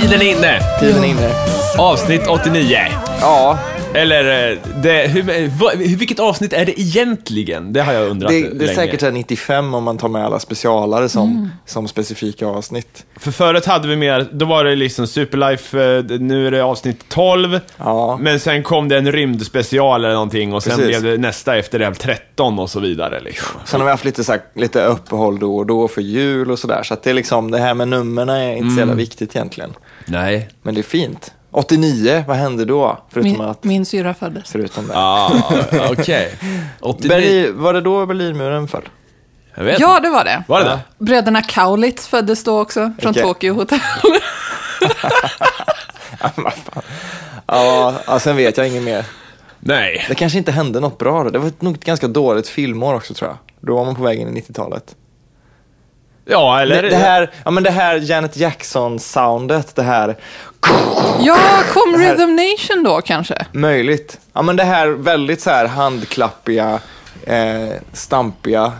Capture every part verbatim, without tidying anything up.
Tiden är inne. Tiden är inne. Avsnitt åttionio. Ja. Eller, det, hur, vad, vilket avsnitt är det egentligen? Det har jag undrat Det, länge. det är säkert nittiofem om man tar med alla specialare som, mm. som specifika avsnitt. För förut hade vi mer, då var det liksom Superlife, nu är det avsnitt tolv. Ja. Men sen kom det en rymdspecial eller någonting. Och sen Precis. blev det nästa efter det tretton och så vidare liksom. Sen har vi haft lite, så här, lite uppehåll då och då för jul och sådär. Så att det är liksom, det här med nummerna är inte mm. så jävla viktigt egentligen. Nej. Men det är fint. åttionio, vad hände då? Förutom min, att, min syra föddes. Förutom det. Ah, okej. Okay. Berlin, var det då Berlinmuren föll? Jag vet. Ja, det var det. Var det det? Bröderna Kaulitz föddes då också, från Okay. Tokyo Hotel. Ja, ja, sen vet jag inget mer. Nej. Det kanske inte hände något bra då. Det var nog ett ganska dåligt filmår också, tror jag. Då var man på väg in i nittiotalet. Ja, eller... Det, det här, ja, men det här Janet Jackson-soundet, det här... Ja, kom Rhythm Nation då kanske? Möjligt. Ja, men det här väldigt så här handklappiga, eh, stampiga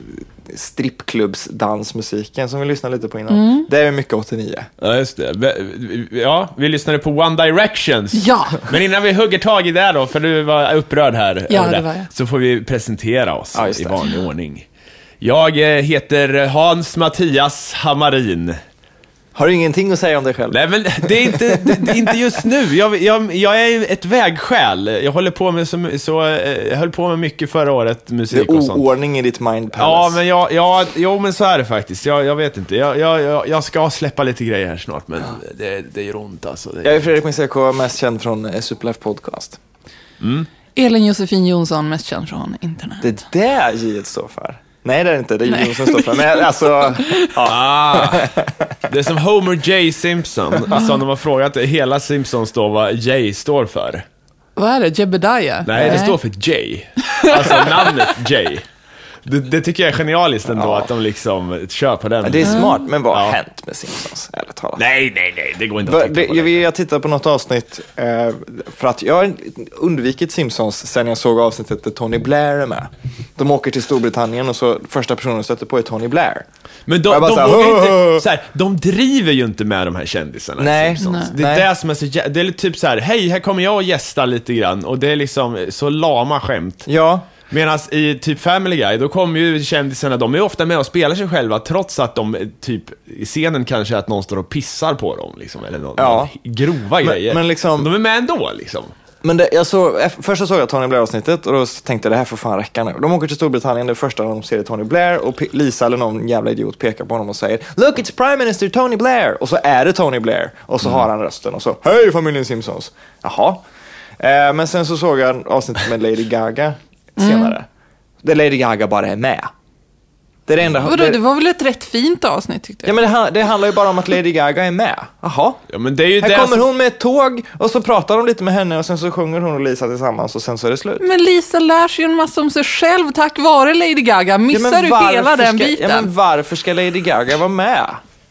strippklubbsdansmusiken som vi lyssnade lite på innan. Mm. Det är mycket åttionio. Ja, just det. Ja, vi lyssnade på One Directions. Ja. Men innan vi hugger tag i det då, för du var upprörd här. Ja, det det var jag. Så får vi presentera oss ja, i vanlig ordning. Jag heter Hans Mattias Hammarin. Har du ingenting att säga om dig själv? Nej, men det är inte, det, det är inte just nu. Jag, jag, jag är ett vägskäl. Jag håller på med så, så jag höll på med mycket förra året, musik och sånt. Det är oordning i ditt mind palace. Ja, men jag, jag, jo, men så är det faktiskt. Jag, jag vet inte. Jag, jag, jag ska släppa lite grejer här snart, men det, det gör ont alltså. Det... Jag är Fredrik Menseko, mest känd från Superlife Podcast. Mm. Elin Josefin Jonsson, mest känd från internet. Det är det J står för. Nej, det är inte. Det är Nej. Jonsson står för. Men alltså... Ja. Ah, det är som Homer J. Simpson. Alltså, de har frågat hela Simpsons då vad J står för. Vad är det? Jebediah? Nej, det står för J. Alltså namnet J. Det, det tycker jag är genialiskt ändå, ja. Att de liksom kör på den. Det är smart, men vad har ja. hänt med Simpsons? Ärligt talat. Nej, nej, nej, det går inte att titta det, på det. Jag tittar på något avsnitt eh, för att jag har undvikit Simpsons sen jag såg avsnittet där Tony Blair är med. De åker till Storbritannien och så första personen stöter på är Tony Blair. Men de, de, såhär, vågar inte, så här, de driver ju inte med de här kändisarna. Nej, Simpsons. nej. Det är nej. det som är så, det är typ så här: hej, här kommer jag och gästa lite grann. Och det är liksom så lama skämt. Ja. Medan i typ Family Guy, då kommer ju kändisarna, de är ofta med och spelar sig själva, trots att de typ i scenen kanske att någon står och pissar på dem liksom, eller någon, ja. någon grova men, grejer. Men liksom, de är med ändå liksom. Men det, jag såg, först så såg jag Tony Blair-avsnittet och då tänkte jag, det här får fan räcka nu. De åker till Storbritannien, det första de ser är Tony Blair och P- Lisa eller någon jävla idiot pekar på honom och säger "Look, it's Prime Minister Tony Blair!" Och så är det Tony Blair och så mm. har han rösten och så "Hej familjen Simpsons!" Jaha. Eh, men sen så såg jag avsnittet med Lady Gaga senare. Mm. Där Lady Gaga bara är med. Det, är det, enda, Vadå, det, det var väl ett rätt fint avsnitt tyckte jag. Ja, men det, det handlar ju bara om att Lady Gaga är med. Jaha. Ja, men det är ju här det kommer som... hon med ett tåg och så pratar de lite med henne och sen så sjunger hon och Lisa tillsammans och sen så är det slut. Men Lisa lär sig ju en massa om sig själv tack vare Lady Gaga. Missar ja, du hela den ska, biten? Ja, men varför ska Lady Gaga vara med?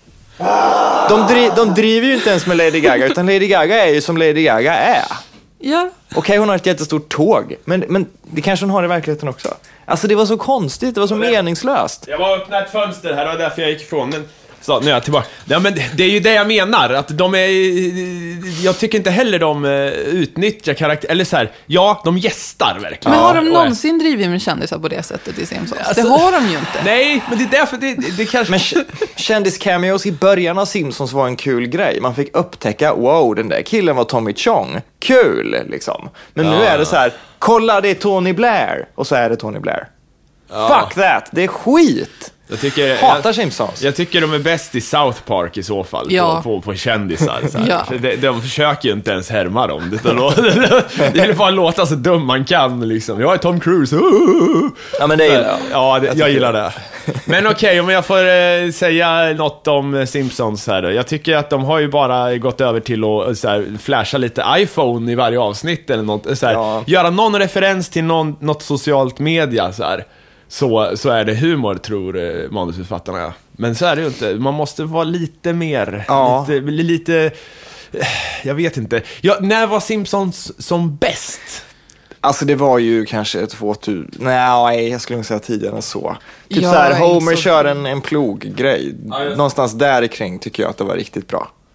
De, dri, de driver ju inte ens med Lady Gaga, utan Lady Gaga är ju som Lady Gaga är. Ja. Okej, okay, hon har ett jättestort tåg, men, men det kanske hon har i verkligheten också. Alltså det var så konstigt, det var så det, meningslöst. Jag var öppnat ett fönster här och därför jag gick ifrån. Men så, nu är jag tillbaka. Ja, men det är ju det jag menar, att de är... Jag tycker inte heller de utnyttjar karaktär... Eller så här, ja, de gästar verkligen. Men har de någonsin drivit med kändisar på det sättet i Simpsons? Alltså, det har de ju inte. Nej, men det är därför det, det kanske... Men kändis-cameos i början av Simpsons var en kul grej. Man fick upptäcka, wow, den där killen var Tommy Chong. Kul, liksom. Men ja. Nu är det så här, kolla, det är Tony Blair. Och så är det Tony Blair. Ja. Fuck that, det är skit. Jag tycker, hatar jag, Simpsons. Jag tycker de är bäst i South Park i så fall, ja. på, på, på kändisar. Så här. Ja. För de, de försöker ju inte ens härma dem. Det är bara låta så dum man kan. Liksom. Jag är Tom Cruise. Ja, men det gillar jag. Ja, det, jag, jag gillar det. Men okej, okay, om jag får eh, säga något om Simpsons här då. Jag tycker att de har ju bara gått över till att så här, flasha lite iPhone i varje avsnitt eller något. Så här, ja. Göra någon referens till någon, något socialt media så här. Så, så är det humor, tror eh, manusförfattarna. Men så är det ju inte. Man måste vara lite mer. Ja. Lite, lite eh, jag vet inte. Ja, när var Simpsons som bäst? Alltså det var ju kanske tvåtusen. Nej, jag skulle nog säga tidigare än så. Typ ja, så här, Homer så... kör en, en ploggrej. Ja, Någonstans där kring tycker jag att det var riktigt bra.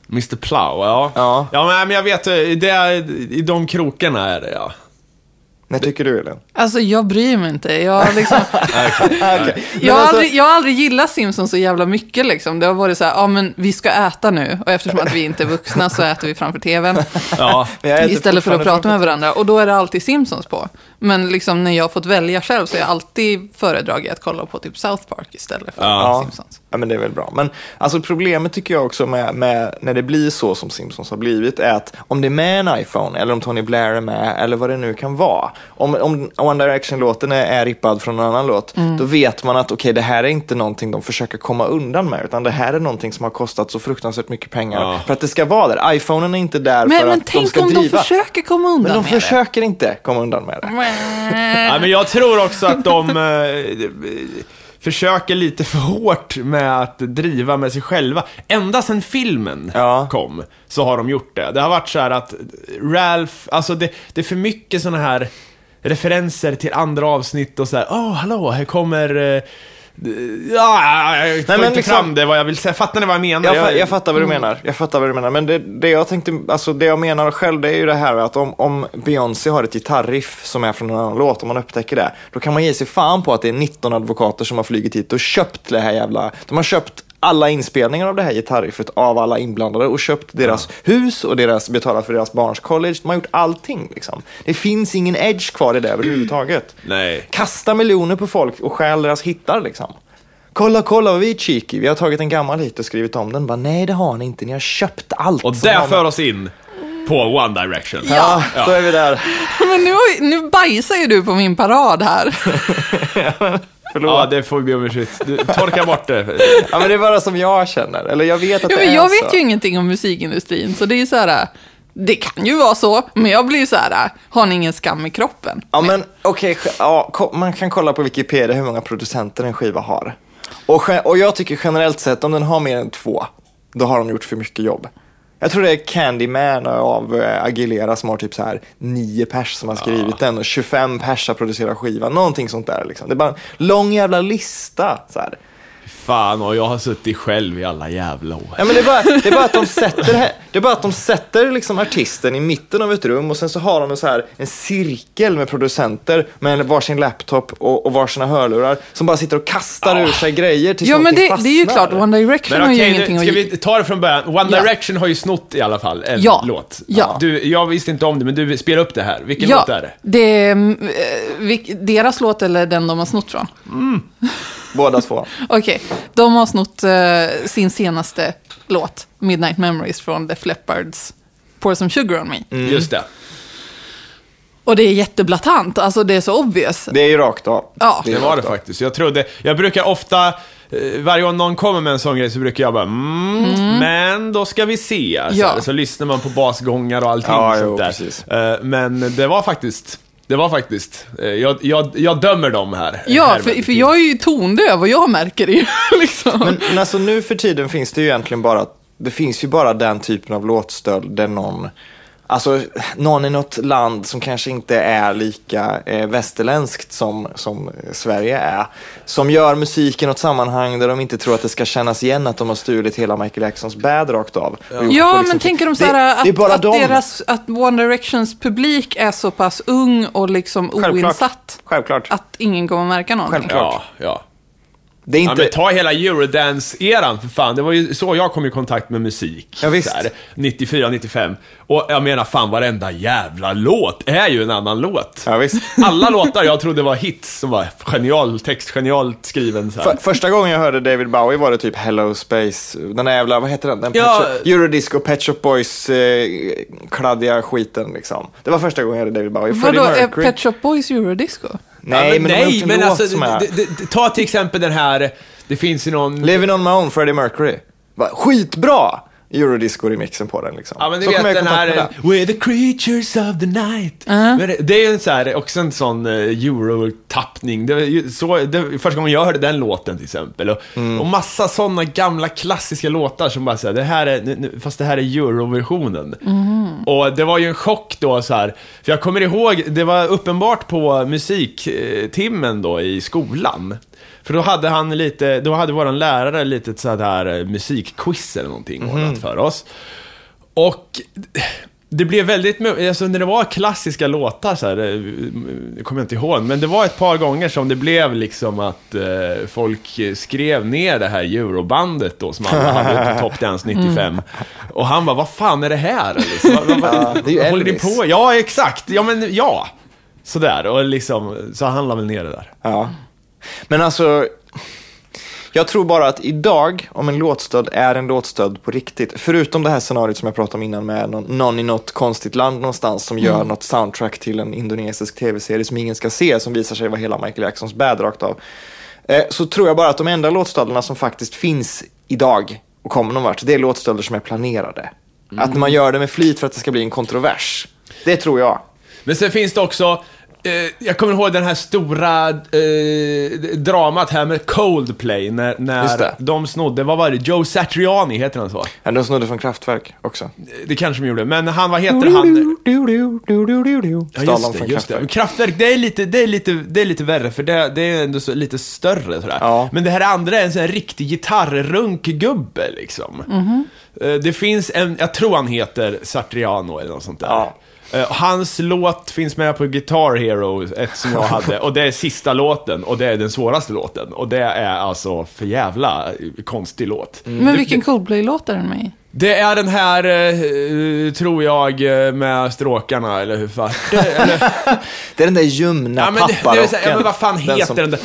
mister Plow, ja. Ja. Ja, men, men jag vet, det är, i de krokarna är det, ja. När tycker du, Elin? Alltså jag bryr mig inte. Jag har liksom... Okay. Jag har, alltså... aldrig, jag har aldrig gillat Simpsons så jävla mycket liksom. Det har varit så här, ja men vi ska äta nu. Och eftersom att vi inte är vuxna så äter vi framför tvn. Ja. Istället för att prata med varandra. Och då är det alltid Simpsons på. Men liksom när jag har fått välja själv så är jag alltid föredragit att kolla på typ South Park istället för ja. Simpsons. Ja, men det är väl bra. Men alltså problemet tycker jag också med, med när det blir så som Simpsons har blivit är att om det är med en iPhone eller om Tony Blair är med eller vad det nu kan vara. Om, om One Direction-låten är, är rippad från en annan låt, mm. då vet man att okej, okay, det här är inte någonting de försöker komma undan med, utan det här är någonting som har kostat så fruktansvärt mycket pengar ja. för att det ska vara där. iPhonen är inte där men, för men att de ska driva. Men tänk om de försöker komma undan med Men de det. försöker inte komma undan med det. Ja, men jag tror också att de eh, försöker lite för hårt med att driva med sig själva. Ända sedan filmen ja. kom så har de gjort det. Det har varit så här att Ralph, alltså det, det är för mycket såna här referenser till andra avsnitt och så här, åh, oh, hallå, här kommer... Uh, ja, jag får Nej, inte liksom, fram det vad jag vill säga. Fattar ni vad jag menar? Jag, jag fattar vad du menar. Jag fattar vad du menar. Men det, det jag tänkte, alltså det jag menar själv, det är ju det här att om, om Beyoncé har ett gitarriff som är från en annan låt, om man upptäcker det, då kan man ge sig fan på att det är nitton advokater som har flugit hit och köpt det här jävla... De har köpt alla inspelningar av det här gitarriffet av alla inblandade och köpt deras ja. hus och deras betalat för deras barns college. De har gjort allting liksom. Det finns ingen edge kvar i det överhuvudtaget. Nej. Kasta miljoner på folk och stjäl deras hittar liksom. Kolla, kolla vad vi är cheeky. Vi har tagit en gammal hit och skrivit om den. Bara, nej, det har ni inte. Ni har köpt allt. Och där för oss in på One Direction. Ja, ja. Då är vi där. Men nu, nu bajsar ju du på min parad här. Förlåt. Ja, det får vi be om ursäkt. Du torkar bort det. Ja, men det är bara som jag känner. Eller jag vet att ja, det men är jag så. vet ju ingenting om musikindustrin. Så det är ju så här... Det kan ju vara så, men jag blir så här, har ni ingen skam i kroppen? Ja, men okej, okay, ja, man kan kolla på Wikipedia hur många producenter en skiva har. Och, och jag tycker generellt sett, om den har mer än två, då har de gjort för mycket jobb. Jag tror det är Candyman av Aguilera som har typ så här nio pers som har skrivit ja. den och tjugofem pers har producerat skivan. Någonting sånt där liksom. Det är bara en lång jävla lista så här. Fan, och jag har suttit själv i alla jävla år. Ja, men det är bara, det är bara att de sätter här, det är bara att de sätter liksom artisten i mitten av ett rum och sen så har de en så här en cirkel med producenter med varsin laptop och, och varsina hörlurar som bara sitter och kastar oh. ur sig grejer tills ja, men det, fastnar. det är ju klart, One Direction men, har okay, ju ingenting nu, att... Ska vi ta det från början? One ja. Direction har ju snott i alla fall en ja. låt. Ja. Du, jag visste inte om det, men du spelar upp det här. Vilken ja. låt är det? Det är äh, deras låt eller den de har snott från? Mm. Båda två. Okej, okay. De har snott uh, sin senaste låt, Midnight Memories, från The Leppard's Pour Some Sugar On Me. Mm. Just det. Och det är jätteblatant, alltså det är så obvious. Det är ju rakt av. Ja. Det, det var det faktiskt. Jag trodde, jag brukar ofta, eh, varje gång någon kommer med en sån grej så brukar jag bara, mm, mm. men då ska vi se. Så, ja. så lyssnar man på basgångar och allting ja, sånt jo, där. Precis. Eh, men det var faktiskt... Det var faktiskt, jag, jag, jag dömer dem här. Ja, här för, för jag är ju tondöv och jag märker det ju. Liksom. Men, men alltså nu för tiden finns det ju egentligen bara, det finns ju bara den typen av låtstöld där någon, alltså någon i något land som kanske inte är lika eh, västerländskt som, som Sverige är, som gör musik i något sammanhang där de inte tror att det ska kännas igen att de har stulit hela Michael Jacksons bad rakt av. Ja, ja liksom, men tänker de så här det, att, det är bara att, de. deras, att One Directions publik är så pass ung och liksom Självklart. oinsatt. Självklart. Att ingen kommer märka någonting. Självklart. Ja, ja. Det är inte... ja, men ta hela Eurodance-eran för fan. Det var ju så jag kom i kontakt med musik. Ja, visst. Där, nittiofyra nittiofem. Och jag menar fan, varenda jävla låt är ju en annan låt. Ja, visst. Alla låtar jag trodde var hits som var genial text, genialt skriven så här. För, första gången jag hörde David Bowie var det typ Hello Space. Den där jävla, vad heter den? den ja. Pet Shop, Eurodisco, Pet Shop Boys eh, kladdiga skiten liksom. Det var första gången jag hörde David Bowie. Vadå, är Pet Shop Boys Eurodisco? Nej, ja, men, men, nej, men alltså, d- d- d- ta till exempel den här, det finns ju någon... Living on my own, Freddie Mercury. Va, skitbra! Eurodisco-remixen på den liksom. Ja, men du så vet den här, här We're the creatures of the night. Uh-huh. Men det, det är ju en så här, också en sån uh, Euro-tappning. Det var ju så, det, första gången jag hörde den låten till exempel. Och, mm. och massa såna gamla klassiska låtar som bara säger det här är, nu, fast det här är Euro-versionen. Mm. Och det var ju en chock då så här. För jag kommer ihåg, det var uppenbart på musiktimmen då i skolan. För då hade han lite, då hade våran lärare lite sådär musikquiz eller någonting Mm. ordnat för oss. Och det blev väldigt, alltså när det var klassiska låtar så här, det kommer jag inte ihåg, men det var ett par gånger som det blev liksom att eh, folk skrev ner det här Eurobandet då som alla hade på Top Dance nittiofem. Mm. Och han bara, vad fan är det här? Liksom, vad, vad, ja, det är ju håller Elvis. ni på? Ja, exakt. Ja, men ja. Sådär, och liksom, så han la väl ner det där. Ja. Men alltså, jag tror bara att idag, om en låtstöld är en låtstöld på riktigt, förutom det här scenariot som jag pratade om innan med någon, någon i något konstigt land någonstans som gör mm. något soundtrack till en indonesisk tv-serie som ingen ska se, som visar sig vara hela Michael Jacksons bad rakt av, eh, så tror jag bara att de enda låtstölderna som faktiskt finns idag och kommer någon vart, det är låtstölder som är planerade. Mm. Att man gör det med flit för att det ska bli en kontrovers. Det tror jag. Men sen finns det också, eh, jag kommer ihåg den här stora eh, dramat här med Coldplay när, när de snodde, vad var det? Joe Satriani heter han så? Ja, de snodde från Kraftwerk också. Det kanske de gjorde, men han, vad heter han? Ja, just det, just det. Kraftwerk, det är lite, det är lite, det är lite värre, för det, det är ändå så, lite större sådär. Ja. Men det här andra är en sån här riktig gitarrrunkgubbe liksom. Mm-hmm. Det finns en, jag tror han heter Satriano eller något sånt där. Ja. Uh, hans låt finns med på Guitar Hero, ett som jag hade, och det är sista låten, och det är den svåraste låten, och det är alltså för jävla konstig låt. Mm. Men vilken Coldplay-låt är den med i? Det är den här, uh, tror jag, med stråkarna, eller hur fan? Det, eller... det är den där ljumna ja, men papparocken. Ja, men vad fan heter som... den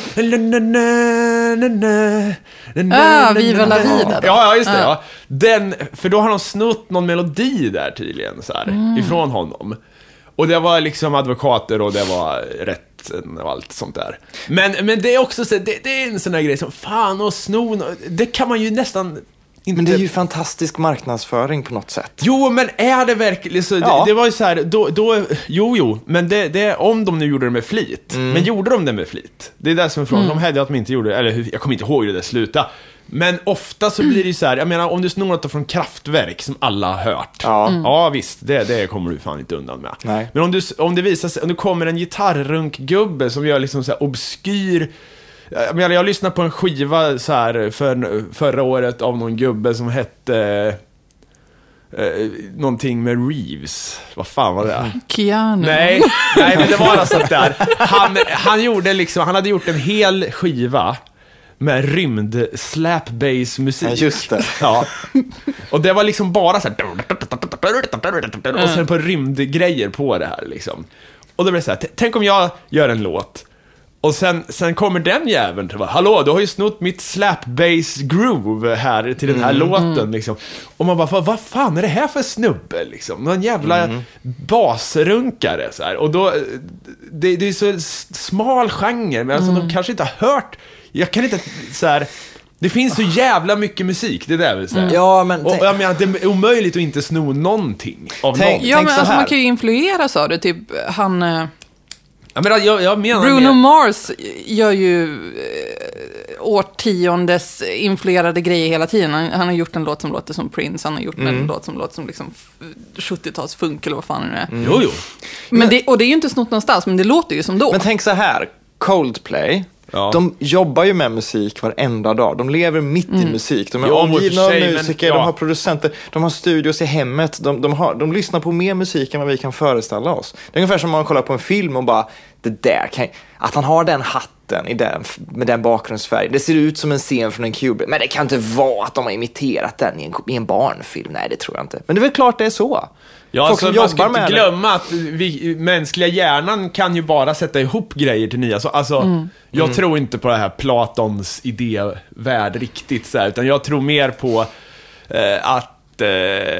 där? Ah, Viva la vida då. Ja, ja, just det, ja. Den, för då har de snott någon melodi där tydligen, så här, mm. ifrån honom. Och det var liksom advokater och det var rätt och allt sånt där. Men, men det är också så, det, det är en sån här grej som, fan och sno, det kan man ju nästan... Inte... Men det är ju fantastisk marknadsföring på något sätt. Jo, men är det verkligen så? Ja. Det, det var ju så här, då, då, jo, jo, men det, det, om de nu gjorde det med flit. Mm. Men gjorde de det med flit? Det är det som är frågan. Mm. De hävdade att de inte gjorde det, eller jag kommer inte ihåg hur det sluta. Men ofta så blir det ju så här, jag menar, om du snor något från Kraftwerk som alla har hört. Ja, mm. ja visst, det, det kommer du fan inte undan med. Nej. Men om, du, om det visar sig, om det kommer en gitarrunkgubbe som gör liksom så här obskyr... Jag menar, jag lyssnade på en skiva så här för, förra året av någon gubbe som hette eh, någonting med Reeves. Vad fan var det? Keanu. Nej, nej, men det var alltså där. Han, han gjorde liksom, han hade gjort en hel skiva med rymd slap bass musik. Ja, just det. Ja. Och det var liksom bara så här och sen på rymdgrejer på det här liksom. Och då blev det så här, tänk om jag gör en låt och sen, sen kommer den jäveln till, hallå, du har ju snott mitt slap bass groove här till den här mm. låten liksom. Och man bara, vad, vad fan är det här för snubbe liksom? Någon jävla mm. basrunkare så här. Och då, det, det är så smal genre, men alltså mm. de kanske inte har hört, jag kan inte så här. Det finns så jävla mycket musik, det där vill säga. Mm. Ja, men och jag menar att det är omöjligt att inte sno någonting av tänk, någon. Ja, men alltså man kan ju influeras av det, typ han... Jag menar, jag, jag menar Bruno med... Mars gör ju eh, årtiondes influerade grejer hela tiden. Han, han har gjort en låt som låter som Prince. Han har gjort mm. en låt som låter som liksom sjuttio-tals funk eller vad fan det är. Mm. Jo, jo. Men, men det, och det är ju inte snott någonstans, men det låter ju som då. Men tänk så här, Coldplay... Ja. De jobbar ju med musik varenda dag. De lever mitt mm. i musik. De är jo, omgivna av musiker, men, ja. de har producenter, de har studios i hemmet. De, de, har, de lyssnar på mer musik än vad vi kan föreställa oss. Det är ungefär som om man kollar på en film och bara, det där kan, att han har den hatten i den, med den bakgrundsfärgen. Det ser ut som en scen från en Kubrick. Men det kan inte vara att de har imiterat den i en, i en barnfilm. Nej, det tror jag inte. Men det är väl klart det är så. Ja, alltså, man ska inte glömma att vi, mänskliga hjärnan kan ju bara sätta ihop grejer till nya. Så, alltså, mm. jag mm. tror inte på det här Platons idévärld riktigt så här, utan jag tror mer på eh, att eh,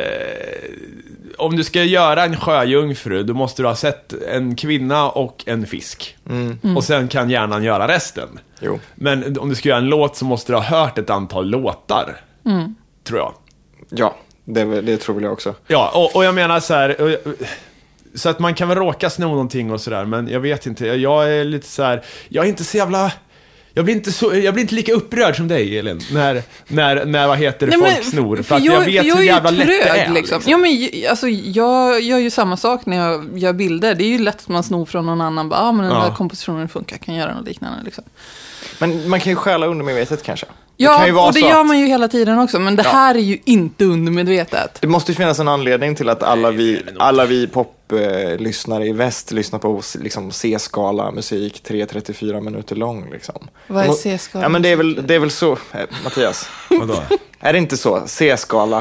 om du ska göra en sjöjungfru, då måste du ha sett en kvinna och en fisk. Mm. Mm. Och sen kan hjärnan göra resten. Jo. Men om du ska göra en låt så måste du ha hört ett antal låtar, mm. tror jag. Ja. Det, det tror jag också. Ja, och, och jag menar så här, så att man kan väl råka sno någonting och sådär, men jag vet inte, jag är lite så här, jag är inte så jävla, Jag blir inte, så, jag blir inte lika upprörd som dig, Elin, när, när, när vad heter det, Nej, folk men, snor. För, för att jag, jag vet för jag hur jävla lätt trög, det är. Liksom. Liksom. Ja, men, alltså, jag gör ju samma sak när jag gör bilder. Det är ju lätt att man snor från någon annan. Ja, ah, men den Ja. här kompositionen funkar, kan göra något liknande. Liksom. Men man kan ju stjäla undermedvetet kanske. Ja, det kan ju vara och det så gör att man ju hela tiden också. Men det Ja. här är ju inte undermedvetet. det måste ju finnas en anledning till att alla vi, alla vi poplyssnare i väst lyssnar på liksom, C-skala musik tre till trettiofyra minuter lång. Liksom. Vad är De må- C-skala? Ja, men det är väl, det är väl så, eh, Mattias. Vadå? Är det inte så? C-skala.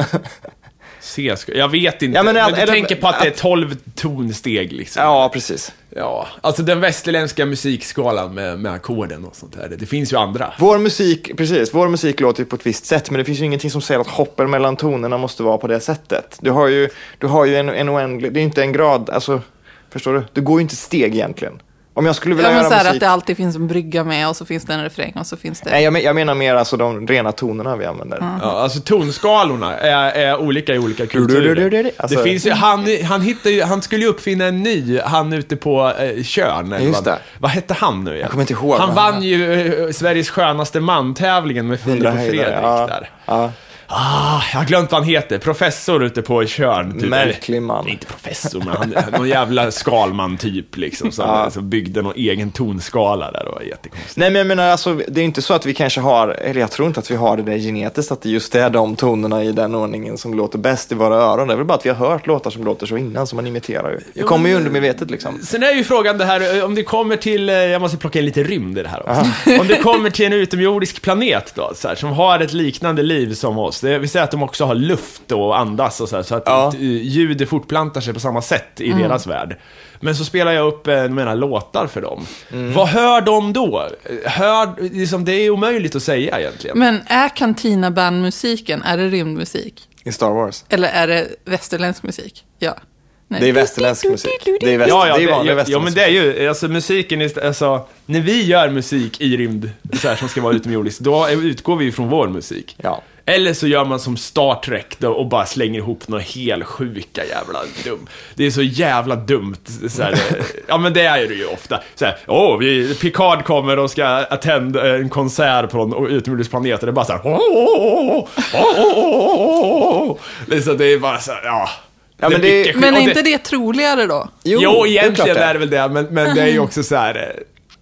C, jag vet inte. Ja, men men, är- du är det- tänker på att det är tolv tonsteg liksom. Ja, precis. Ja, alltså den västerländska musikskalan med, med ackorden och sånt där. Det finns ju andra. Vår musik, precis, vår musik låter ju på ett visst sätt, men det finns ju ingenting som säger att hoppen mellan tonerna måste vara på det sättet. Du har ju, du har ju en, en oändlig, det är inte en grad, alltså, förstår du? Du går ju inte steg egentligen. Om jag skulle vilja Ja, men göra så här musik... att det alltid finns en brygga med och så finns det en refräng och så finns det... Nej, jag, men, jag menar mer alltså de rena tonerna vi använder. Mm. Ja, alltså tonskalorna är, är olika i olika kulturer. Alltså- Det finns ju, han, han, hittade ju, han skulle ju uppfinna en ny, han ute på eh, Tjörn. eller Just vad, det. vad hette han nu igen? Jag kommer inte ihåg Han vad vann han- ju eh, Sveriges skönaste man-tävlingen med Filip och Hundra Fredrik höjder, ja. där. Ja. Ah, jag har glömt vad han heter. Professor ute på Tjörn. Typ. Märklig man. Nej, inte professor, men han, någon jävla skalman typ liksom. Som, Ja. som byggde någon egen tonskala där. Det var jättekonstigt. Nej, men jag menar, alltså, det är inte så att vi kanske har, eller jag tror inte att vi har det där genetiskt, att det just är de tonerna i den ordningen som låter bäst i våra öron. Det är väl bara att vi har hört låtar som låter så innan, som man imiterar ju. Det kommer ju undermedvetet liksom. Sen är ju frågan det här, om det kommer till, eh, jag måste plocka in lite rymd i det här också. Om det kommer till en utomjordisk planet då, så här, som har ett liknande liv som oss. Det, vi säger att de också har luft och andas och så här, så att Ja. eh, ljud fortplantar sig på samma sätt i deras värld. Men så spelar jag upp eh, mina låtar för dem. Vad hör de då? Hör, liksom, det är omöjligt att säga egentligen. Men är Cantina Band-musiken, är det rymdmusik? I Star Wars. Eller är det västerländsk musik? Ja. Nej. Det är västerländsk musik. Det är, väst, Ja, ja, det är det, vanlig ja, ja, västerländsk men det är ju, alltså musiken, är, alltså, när vi gör musik i rymd, så här, som ska vara utomjordiskt, då utgår vi från vår musik. Ja. Eller så gör man som Star Trek då, och bara slänger ihop några helt sjuka jävla dum. Det är så jävla dumt. Så här, ja, men det är ju det ju ofta. Så här, åh, vi, Picard kommer och ska attenda en konsert på en utomjordisk planet. Och det är bara så här, åh, åh, åh, åh, åh. Liksom, det är bara så här, ja. Ja, men det är det- mycket skit. Men är Och inte det troligare då? Jo, det är klart egentligen det. är det väl det, men, men det är ju också så här. eh,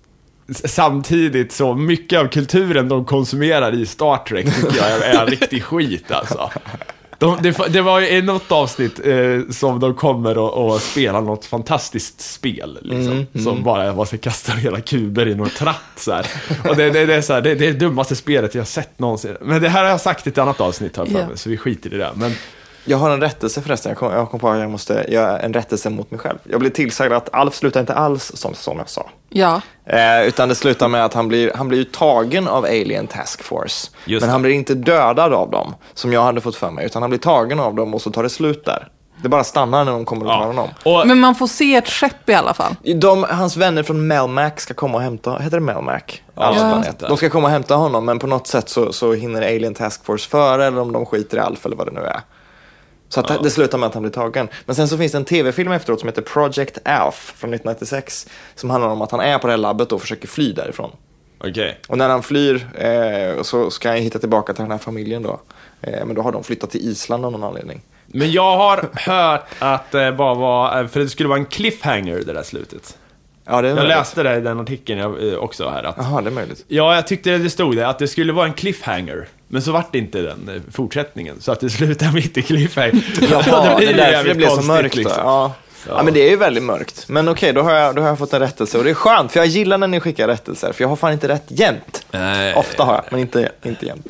s- Samtidigt så mycket av kulturen de konsumerar i Star Trek tycker jag är, är riktig skit alltså. De, det, det var ju i något avsnitt eh, som de kommer och, och spelar något fantastiskt spel liksom, som bara var så kastar hela kuber i någon tratt så här. Och det, det, det är så här, det, det är det dummaste spelet jag har sett någonsin. Men det här har jag sagt i ett annat avsnitt här för Ja. mig, så vi skiter i det. Men Jag har en rättelse förresten. Jag kom, jag kom på att jag måste göra en rättelse mot mig själv. Jag blev tillsagd att Alf slutar inte alls som, som jag sa. Ja. Eh, utan det slutar med att han blir, han blir ju tagen av Alien Task Force. Just men det. han blir inte dödad av dem, som jag hade fått för mig. Utan han blir tagen av dem och så tar det slut där. Det bara stannar när de kommer och tar ja. honom. Och, Men man får se ett skepp i alla fall. De, hans vänner från Melmac ska komma och hämta, heter det Melmac? Alfs Ja. planet. De ska komma och hämta honom, men på något sätt så, så hinner Alien Task Force före, eller om de skiter i Alf eller vad det nu är. Så att Ja. det slutar med att han blir tagen. Men sen så finns det en tv-film efteråt som heter Project Alf från nittonhundranittiosex, som handlar om att han är på det här labbet och försöker fly därifrån. okej. Och när han flyr eh, så ska han hitta tillbaka till den här familjen då. Eh, men då har de flyttat till Island av någon anledning. Men jag har hört att det bara var, för det skulle vara en cliffhanger det där slutet. Ja, det är Jag möjligt. läste det i den artikeln jag, eh, också här att, Jaha, det är möjligt. ja, jag tyckte det stod det att det skulle vara en cliffhanger. Men så vart det inte den eh, fortsättningen. Så att det slutar mitt i cliffhanger. Jaha, det ju är därför det jävligt blev så konstigt, mörkt liksom. då. Ja. Ja. men det är ju väldigt mörkt. Men okej, då, har jag, då har jag fått en rättelse. Och det är skönt, för jag gillar när ni skickar rättelser. För jag har fan inte rätt jämt. Nej. Ofta har jag, men inte, inte jämt.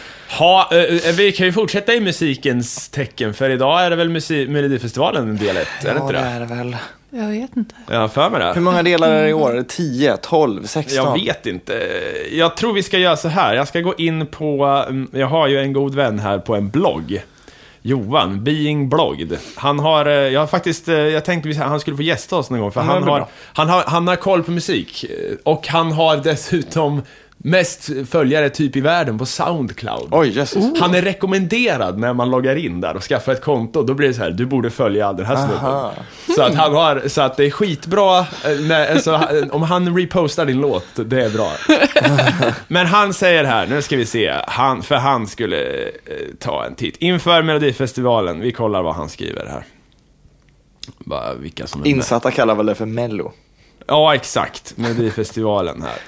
Ha, eh, vi kan ju fortsätta i musikens tecken. För idag är det väl musik- Melodifestivalen en del ett, är det inte det det? är det väl. Jag vet inte. Jag har för mig det. Hur många delar är det i år? Är det tio, tolv, sexton? Jag vet inte. Jag tror vi ska göra så här. Jag ska gå in på, mm, jag har ju en god vän här på en blogg. Johan, Being Blogged. Han har, eh, jag har faktiskt, eh, jag tänkte att han skulle få gästa oss någon gång. För Ja, han det blir har, bra. han, har, han har koll på musik. eh, Och han har dessutom mest följare typ i världen på Soundcloud. Oj, Jesus. Oh. Han är rekommenderad när man loggar in där och skaffar ett konto. Då blir det så här, du borde följa den här snubben. Så att han har, så att det är skitbra när, alltså, om han repostar din låt, det är bra. Men han säger här, nu ska vi se, han, för han skulle eh, ta en titt inför Melodifestivalen. Vi kollar vad han skriver här. Bara vilka som är Insatta kallar väl det för Mello. Ja, exakt. Melodifestivalen här.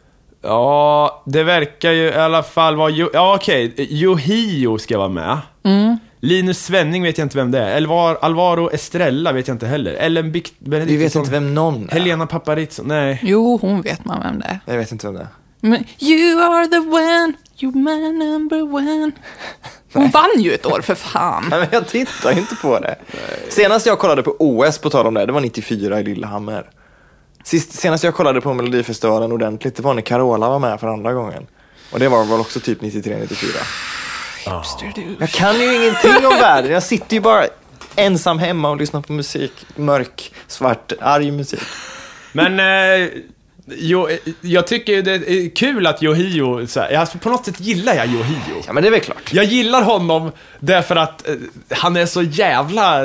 Ja, det verkar ju i alla fall vara... Ja, okej. Okay. Yohio ska vara med. Mm. Linus Svenning vet jag inte vem det är. Elvar, Alvaro Estrella vet jag inte heller. Ellen Bick... Vi vet inte vem någon är. Helena Paparizou, nej. Jo, hon vet man vem det är. Jag vet inte vem det är. Men you are the one, you're my number one. Hon vann ju ett år för fan. Nej, men jag tittar inte på det. Senast jag kollade på O S på tal om det, det var nittiofyra i Lillehammer. Sist, senast jag kollade på Melodifestivalen ordentligt, det var när Carola var med för andra gången. Och det var väl också typ nittiotre nittiofyra. Oh. Jag kan ju ingenting om världen. Jag sitter ju bara ensam hemma och lyssnar på musik. Mörk, svart, arg musik. Men... Eh... Jo, jag tycker ju det är kul att Yohio så här, alltså på något sätt gillar jag Yohio. Ja, men det är väl klart. Jag gillar honom därför att eh, han är så jävla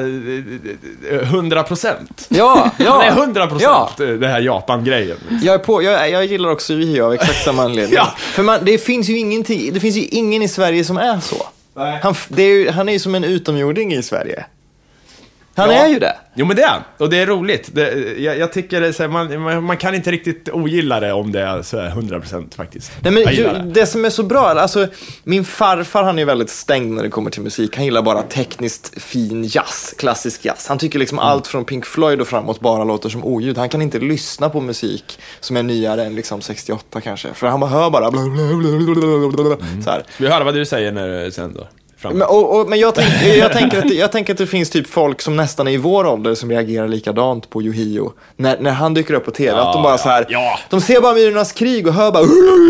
hundra procent. Ja, ja. Han är hundra procent ja. det här Japan-grejen. Jag är på jag, jag gillar också Yohio av exakt samma anledning. Ja. För man, det finns ju ingenting, det finns ju ingen i Sverige som är så. Nej. Han det är ju, han är ju som en utomjording i Sverige. Han ja. är ju det. Jo, men det är och det är roligt. Det, jag, jag tycker det, så här, man, man kan inte riktigt ogilla det om det är så här hundra procent faktiskt. Nej, men ju, det. det som är så bra, alltså min farfar, han är väldigt stängd när det kommer till musik. Han gillar bara tekniskt fin jazz, klassisk jazz. Han tycker liksom mm. allt från Pink Floyd och framåt bara låter som oljud. Han kan inte lyssna på musik som är nyare än liksom sextioåtta kanske. För han bara hör bara bla bla bla bla bla, mm. så här. Vi hör vad du säger när sen då. Men, och, och, men jag, tänk, jag, tänker att det, jag tänker att det finns typ folk som nästan är i vår ålder som reagerar likadant på Yohio. När, när han dyker upp på tv, ja, att de bara så här, ja. de ser bara Myrornas krig och hör bara...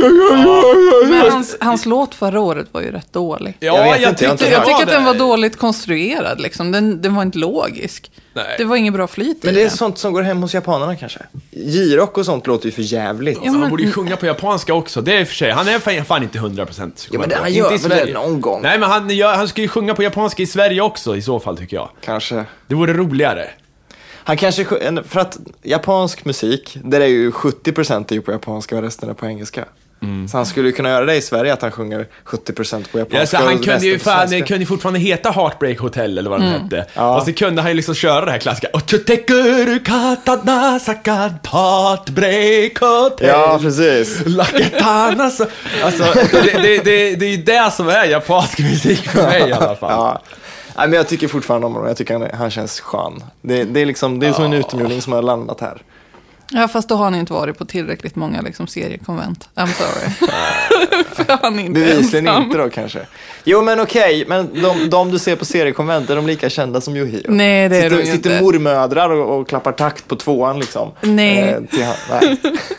Ja. Men hans, hans låt förra året var ju rätt dålig. Ja, jag, jag tyckte, jag tyckte, jag tyckte att den var dåligt konstruerad. Liksom. Den, den var inte logisk. Nej. Det var ingen bra flyt i Men det är den. sånt som går hem hos japanerna kanske. J-rock och sånt låter ju för jävligt. Ja, men... Han borde ju sjunga på japanska också. Det är för sig. Han är fan, fan inte hundra procent. Ja, men det han gör väl det någon gång. Nej, men han, gör, han ska ju sjunga på japanska i Sverige också i så fall, tycker jag. Kanske. Det vore roligare. Han kanske, för att japansk musik, där är ju sjuttio procent är ju på japanska och resten är på engelska. Mm. Så han skulle ju kunna göra det i Sverige, att han sjunger sjuttio procent på japanska. Ja, så han kunde ju, fan, det kunde ju fortfarande heta Heartbreak Hotel eller vad den mm. hette. Ja. Och så kunde han ju liksom köra det här klassiska Ochotekuru katana sakan Heartbreak Hotel. Ja, precis. Lakatana så, alltså, det, det, det, det är ju det som är japansk musik för mig i alla fall. Ja. Nej, men jag tycker fortfarande om honom. Jag tycker han, han känns skön. Det, det är liksom, det är som en utomjording som har landat här. Ja, fast då har han inte varit på tillräckligt många liksom, seriekonvent. I'm sorry. För han är inte bevisligen ensam. inte då kanske. Jo, men okej. Men de, de du ser på seriekonvent, är de lika kända som Yohio? Nej, det är sitter, de sitter inte. mormödrar och, och klappar takt på tvåan liksom. Nej. Eh, till han, nej.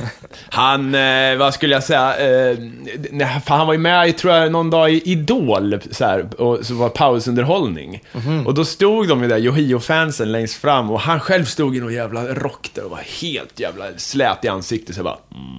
Han, eh, vad skulle jag säga, eh, för han var ju med, tror jag, någon dag i Idol, så här, och så var pausunderhållning. Mm-hmm. Och då stod de ju där, Yohio-fansen längst fram, och han själv stod i någon jävla rock där och var helt jävla slät i ansiktet, så jag bara...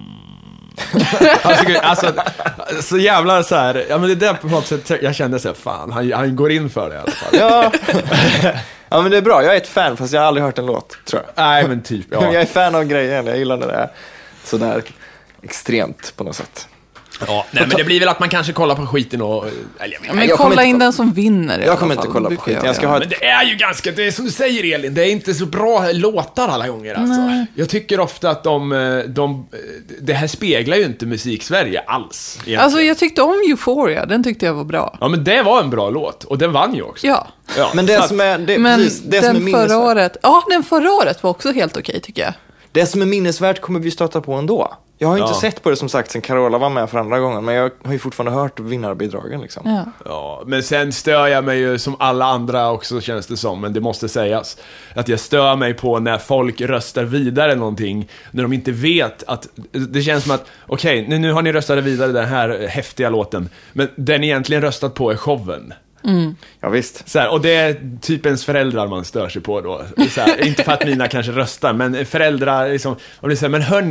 Mm. alltså, alltså, så jävla så här, ja men det där på något sätt, jag kände så här, fan, han, han går in för det i alla fall. Ja. Ja, men det är bra, jag är ett fan fast jag har aldrig hört en låt, tror jag. Nej, men typ, ja. Jag är fan av grejen, jag gillar det där sådär extremt på något sätt. Ja, nej, men det blir väl att man kanske kollar på skiten och... Eller, ja, men jag kolla in kolla. Den som vinner. Jag kommer inte kolla på skiten. Jag, jag ska ha ett... Men det är ju ganska, det är som du säger Elin, det är inte så bra låtar alla gånger alltså. Nej. Jag tycker ofta att de, de, det här speglar ju inte musik-Sverige alls. Egentligen. Alltså jag tyckte om Euphoria, den tyckte jag var bra. Ja, men det var en bra låt och den vann ju också. Ja. Ja, men det som är, det, men precis, det den som är förra året, ja den förra året var också helt okej tycker jag. Det som är minnesvärt kommer vi stöta på ändå. Jag har ju inte ja. sett på det som sagt sen Carola var med för andra gången, men jag har ju fortfarande hört vinnarbidragen liksom. Ja. Ja, men sen stör jag mig ju som alla andra också, känns det som, men det måste sägas att jag stör mig på när folk röstar vidare någonting när de inte vet att det känns som att okej, okay, nu har ni röstat vidare den här häftiga låten, men den egentligen röstat på är showen. Mm. Ja, visst. Så här, och det är typ ens föräldrar man stör sig på då. Så här, inte för att mina kanske röstar, men föräldrar liksom, och det är så här, men hörni,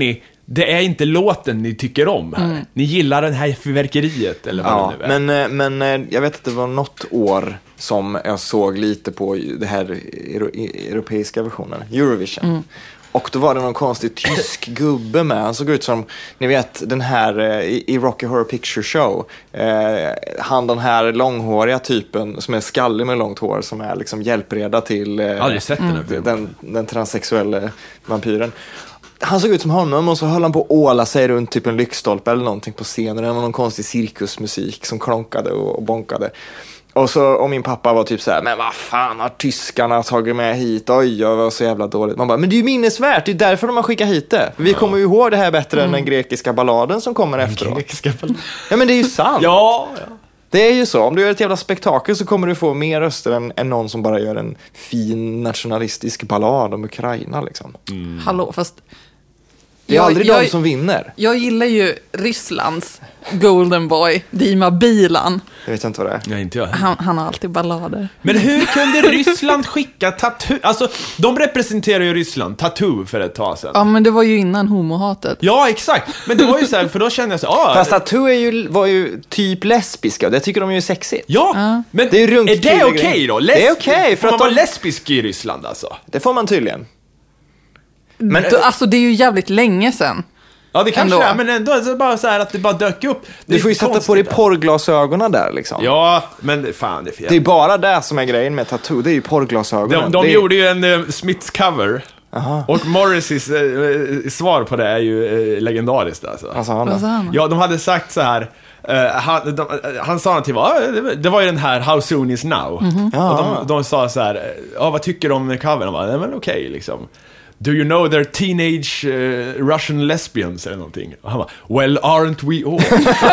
det är inte låten ni tycker om här. Mm. Ni gillar den här fyrverkeriet eller vad ja, det nu är. Men, men jag vet att det var något år som jag såg lite på det här europeiska versionen, Eurovision. Mm. Och då var det någon konstig tysk gubbe med. Han såg ut som, ni vet, den här i, i Rocky Horror Picture Show. Eh, han den här långhåriga typen som är skallig med långt hår som är liksom hjälpreda till eh, aldrig sett den, här den, den transsexuella vampyren. Han såg ut som honom och så höll han på att åla sig runt typ en lyktstolpe eller någonting på scenen. Det var någon konstig cirkusmusik som klonkade och, och bonkade. Och, så, och min pappa var typ så här: men vad fan har tyskarna tagit med hit? Oj, det var så jävla dåligt. Man bara, men det är ju minnesvärt, det är därför de har skickat hit det. Vi ja. kommer ju ihåg det här bättre mm. än den grekiska balladen som kommer efteråt. Grekiska balladen. Ja, men det är ju sant. ja, ja. Det är ju så, om du gör ett jävla spektakel så kommer du få mer röster än, än någon som bara gör en fin nationalistisk ballad om Ukraina liksom. Mm. Hallå, fast det är jag, aldrig jag, de som vinner. Jag gillar ju Rysslands Golden Boy, Dima Bilan. Jag vet inte vad det är. Nej, inte jag. Han, han har alltid ballader. Men hur kunde Ryssland skicka Tattoo? Alltså, de representerar ju Ryssland, Tattoo, för ett tag sedan. Ja, men det var ju innan homohatet. Ja, exakt. Men det var ju så här, för då kände jag så ah, fast Tattoo är ju, var ju typ lesbiska, det tycker de ju är sexigt. Ja, ja. Men det är, är det okej okay då? Les- det är okej. Okay, för att man de... vara lesbisk i Ryssland alltså? Det får man tydligen. Men då, alltså det är ju jävligt länge sedan. Ja, det kanske är, men ändå är det bara så här att det bara dök upp. Du får ju sätta på dig porrglasögonen där liksom. Ja, men fan, det är fel. Det är bara det som är grejen med Tattoo, det är ju porrglasögonen. De, de det är... gjorde ju en uh, Smiths cover. Aha. Och Morrisseys uh, svar på det är ju uh, legendariskt alltså. Vad sa han då? Ja, de hade sagt så här. Uh, han, de, han sa någonting, ah, det, det var ju den här How Soon Is Now. Mm-hmm. Ja. Och de, de sa så här, ah, vad tycker du om covern? Han bara, nej men okej okay, liksom. Do you know they're teenage uh, Russian lesbians eller någonting? Och han bara, well, aren't we all?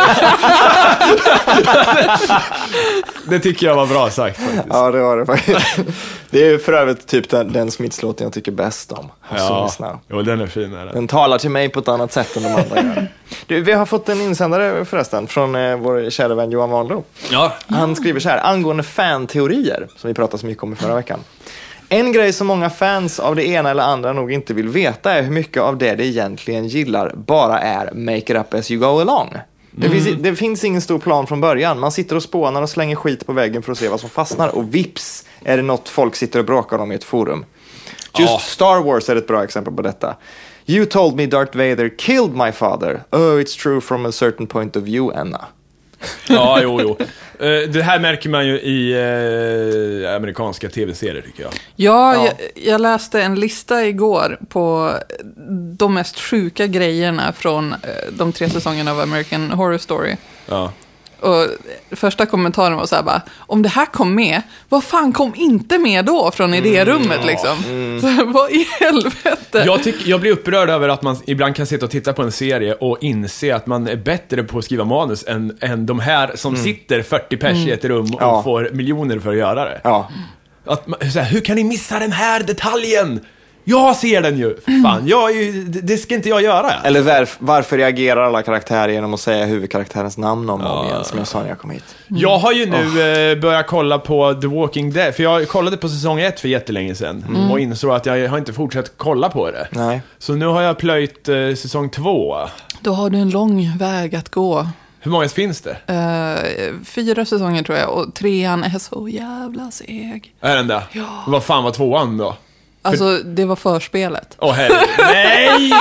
Det tycker jag var bra sagt faktiskt. Ja, det var det faktiskt. Det är för övrigt typ den, den Smiths-låten jag tycker bäst om. Ja, jo, den är fin. Är det? Den talar till mig på ett annat sätt än de andra gör. Du, vi har fått en insändare förresten från eh, vår kära vän Johan Wahlrow. Ja. Han skriver så här, angående fanteorier, som vi pratade så mycket om i förra veckan. En grej som många fans av det ena eller andra nog inte vill veta är hur mycket av det de egentligen gillar bara är make it up as you go along. Det, mm. finns, det finns ingen stor plan från början. Man sitter och spånar och slänger skit på väggen för att se vad som fastnar. Och vips är det något folk sitter och bråkar om i ett forum. Just oh. Star Wars är ett bra exempel på detta. You told me Darth Vader killed my father. Oh, it's true from a certain point of view, Anna. Ja, jo, jo. Det här märker man ju i eh, amerikanska tv-serier, tycker jag. Ja, ja. Jag, jag läste en lista igår på de mest sjuka grejerna från de tre säsongerna av American Horror Story. Ja. Och första kommentaren var så här bara, om det här kom med, vad fan kom inte med då från idérummet mm, liksom? Mm. Så, vad i helvete? Jag, tyck, jag blir upprörd över att man ibland kan sitta och titta på en serie och inse att man är bättre på att skriva manus än, än de här som mm. sitter fyrtio pers i ett rum och ja. får miljoner för att göra det. Ja. Att, så här, hur kan ni missa den här detaljen? Jag ser den ju, fan, jag är ju, det ska inte jag göra. Eller varf, varför reagerar alla karaktärer genom att säga huvudkaraktärens namn om och om igen, som jag sa när jag kom hit. Mm. Jag har ju nu oh. börjat kolla på The Walking Dead, för jag kollade på säsong ett för jättelänge sedan mm. och insåg att jag har inte fortsatt kolla på det. Nej. Så nu har jag plöjt uh, säsong två. Då har du en lång väg att gå. Hur många finns det? Uh, fyra säsonger tror jag, och trean är så jävla seg. Är den där? Ja. Vad fan var tvåan då? Alltså, det var förspelet. Åh, oh, herre. Nej!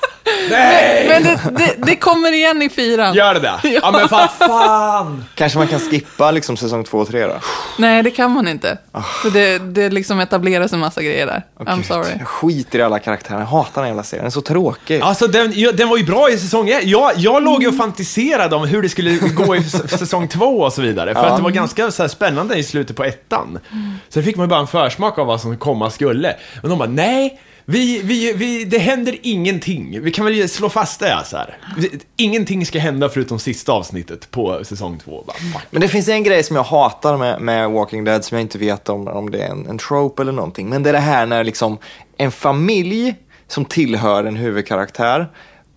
Nej! Men det, det, det kommer igen i fyran. Gör det där? Ja, ja men fan, fan! Kanske man kan skippa liksom säsong två och tre då? Nej, det kan man inte. Oh. För det, det liksom etableras en massa grejer där. Okay. I'm sorry. Jag skiter i alla karaktärer. Jag hatar den jävla serien. Den är så tråkig. Alltså, den, den var ju bra i säsong ett. Jag, jag låg ju och fantiserade om hur det skulle gå i säsong två och så vidare. För ja. att det var ganska så här spännande i slutet på ettan. Mm. Så fick man ju bara en försmak av vad som komma skulle. Men de bara, nej... Vi, vi, vi, det händer ingenting. Vi kan väl slå fast det så här. Ingenting ska hända förutom sista avsnittet på säsong två. Men det finns en grej som jag hatar med, med Walking Dead, som jag inte vet om, om det är en, en trope eller någonting. Men det är det här när liksom en familj som tillhör en huvudkaraktär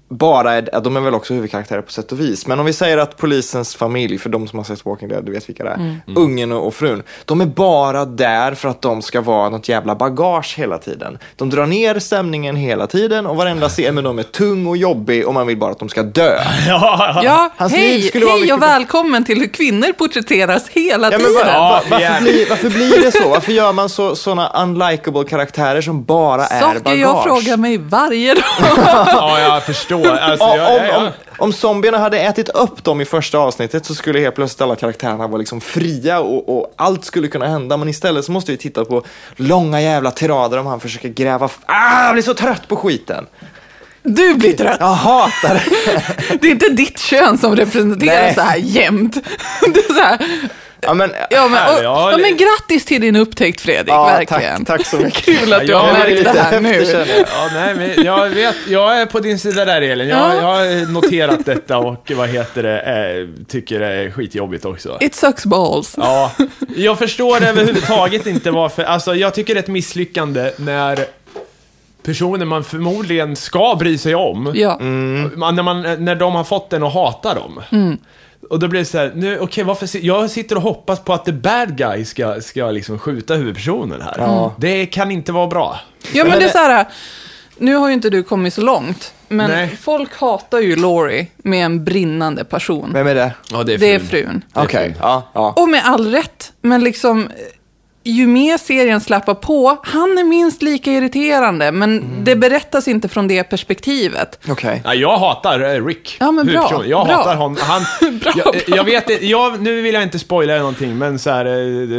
bara är, ja, de är väl också huvudkaraktärer på sätt och vis. Men om vi säger att polisens familj, för de som har sett Walking Dead, du vet vilka det är, mm. ungen och, och frun, de är bara där för att de ska vara något jävla bagage hela tiden. De drar ner stämningen hela tiden och varenda scen med dem är tung och jobbig och man vill bara att de ska dö. Ja, ja Hans hej, liv skulle vara hej mycket... och välkommen till hur kvinnor porträtteras hela ja, tiden. var, Ja, var, varför, yeah. blir, varför blir det så? Varför gör man så, såna unlikable karaktärer som bara är bagage? Saker jag frågar mig varje dag. Ja, jag förstår. Alltså, om, jag, jag, jag... om, om zombierna hade ätit upp dem i första avsnittet så skulle helt plötsligt alla karaktärerna vara liksom fria och, och allt skulle kunna hända. Men istället så måste vi titta på långa jävla tirader om han försöker gräva... F- ah, jag blir så trött på skiten. Du blir trött. Jag hatar det. Det är inte ditt kön som representeras Nej. så här jämt. Det är så här... Ja, men, Ja men, och, Ja, ja, men grattis till din upptäckt, Fredrik, ja, verkligen. tack, tack så mycket. Kul att du Ja, har jag är märkt lite det här nu. efter, känner jag. Ja, nej, men jag vet, jag är på din sida där, Elin. Jag, Ja. jag har noterat detta och vad heter det, eh, tycker det är skitjobbigt också. It sucks balls. Ja, jag förstår överhuvudtaget inte varför, alltså jag tycker det är ett misslyckande när personer man förmodligen ska bry sig om, Ja. man, när, man, när de har fått den att hata dem. Mm. Och då blir det så här, nu, okej, varför si- jag sitter och hoppas på att the bad guy ska, ska liksom skjuta huvudpersonen här. Ja. Det kan inte vara bra. Ja men Men det är det- så här, nu har ju inte du kommit så långt, men Nej. folk hatar ju Laurie med en brinnande passion. Vem är det? Ja, det är Det är frun. Okej, fint. ja, ja. Och med all rätt, men liksom ju mer serien släpper på, han är minst lika irriterande, men Mm. det berättas inte från det perspektivet. Okej. Ja, jag hatar eh, Rick. Ja, men bra, huvudpersonen. Jag bra. hatar honom. Han, Bra, jag, bra. jag vet inte, jag, nu vill jag inte spoila någonting, men så här, eh,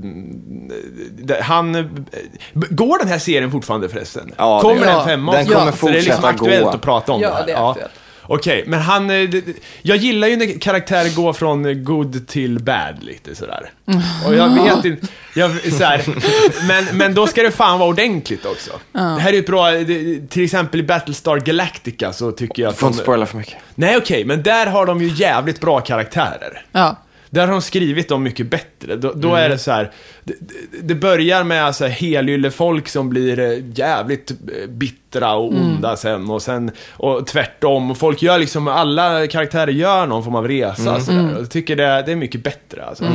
det- han, eh, går den här serien fortfarande förresten? Ja, det kommer gör den femma? den. Den kommer Så det är liksom fortsätta aktuellt gå. att prata om Ja, det här. det är aktuellt. Okej, men han, eh, det- jag gillar ju när karaktärer går från good till bad lite sådär. Och jag vet inte, jag, så här, men, men då ska det fan vara ordentligt också. Det här är ju bra, det, till exempel i Battlestar Galactica så tycker jag att Får inte de, spoila för mycket. nej okej, men där har de ju jävligt bra karaktärer. Ja. Där har de skrivit dem mycket bättre. Då, då är det så här, det, det- det börjar med alltså helylle-folk som blir eh, jävligt eh, bittra och onda sen och sen och tvärtom. Och folk gör liksom, alla karaktärer gör någon form av resa sådär. Och jag tycker det, det är mycket bättre alltså.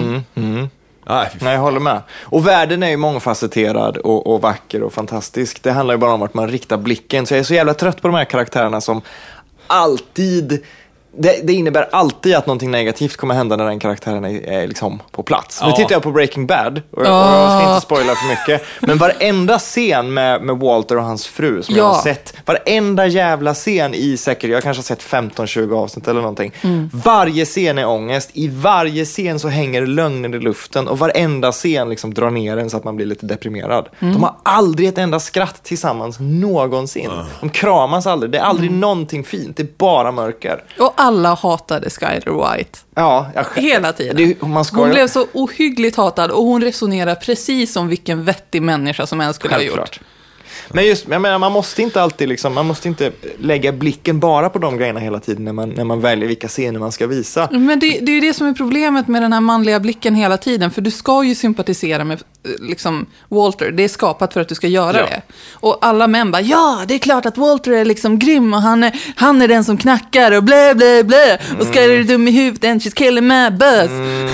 Ah, fy fan. Nej, jag håller med. Och världen är ju mångfacetterad och, och vacker och fantastisk. Det handlar ju bara om att man riktar blicken. Så jag är så jävla trött på de här karaktärerna som alltid... Det, det innebär alltid att någonting negativt kommer hända när den karaktären är, är liksom på plats. Nu Ja. tittar jag på Breaking Bad och, och jag ska inte spoila för mycket. Men varenda scen med, med Walter och hans fru som Ja. jag har sett, varenda jävla scen i säkert, jag kanske har sett femton tjugo avsnitt eller någonting. Varje scen är ångest. I varje scen så hänger lögnen i luften och varenda scen liksom drar ner en så att man blir lite deprimerad. De har aldrig ett enda skratt tillsammans någonsin. De kramas aldrig. Det är aldrig någonting fint. Det är bara mörker. Och alla hatade Skyler White. Ja, jag, Hela tiden. Det, man ska, Hon blev så ohyggligt hatad och hon resonerar precis som vilken vettig människa som helst skulle ha gjort. Självklart. Men just, jag menar, man måste inte alltid liksom, man måste inte lägga blicken bara på de grejerna hela tiden när man, när man väljer vilka scener man ska visa. Men det, det är ju det som är problemet med den här manliga blicken hela tiden. För du ska ju sympatisera med liksom, Walter. Det är skapat för att du ska göra Ja. det. Och alla män bara, ja, det är klart att Walter är liksom grym och han är, han är den som knackar och blä, blä, blä. Och ska är dum i huvudet and she's killing my buzz.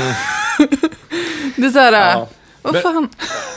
Det är så här, Ja. vad Men- fan?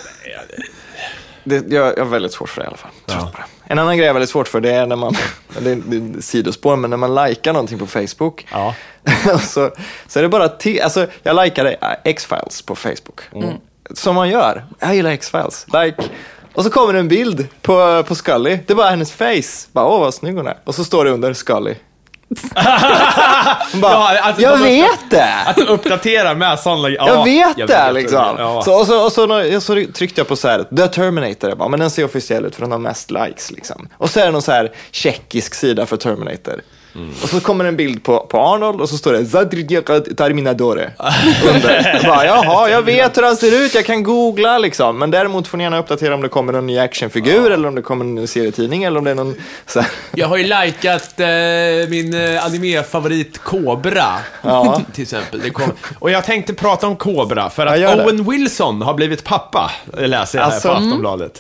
Det, jag, jag har väldigt svårt för det i alla fall. Trött på det. En annan grej jag har väldigt svårt för det är när man, det är, det är sidospår, men när man likar någonting på Facebook. Ja. och så, så är det bara, t- alltså jag likade äh, X-Files på Facebook. Som man gör. Jag gillar X-Files. Like. Och så kommer en bild på, på Scully. Det är bara hennes face. Bara, åh vad snygg hon är. Och så står det under Scully. Hon bara, Ja, alltså, jag de- vet det! Att de uppdaterar med sån, ja, Jag vet det liksom. Ja. Så, och så, och så, och så tryckte jag på så här, The Terminator. Jag bara, men den ser officiell ut för den har mest likes liksom. Och så är det någon så här tjeckisk sida för Terminator. Mm. Och så kommer en bild på, på Arnold och så står det Zadrigekad Terminadore under. Jag bara, jaha, jag vet hur han ser ut, jag kan googla liksom. Men däremot får ni gärna uppdatera om det kommer någon ny actionfigur, ja. Eller om det kommer en serietidning, eller om det är någon så här. Jag har ju likat eh, min eh, anime-favorit Cobra, Ja. till exempel. Det kom. Och jag tänkte prata om Cobra, för att Ja, gör det. Owen Wilson har blivit pappa, läser jag här Alltså, på Aftonbladet.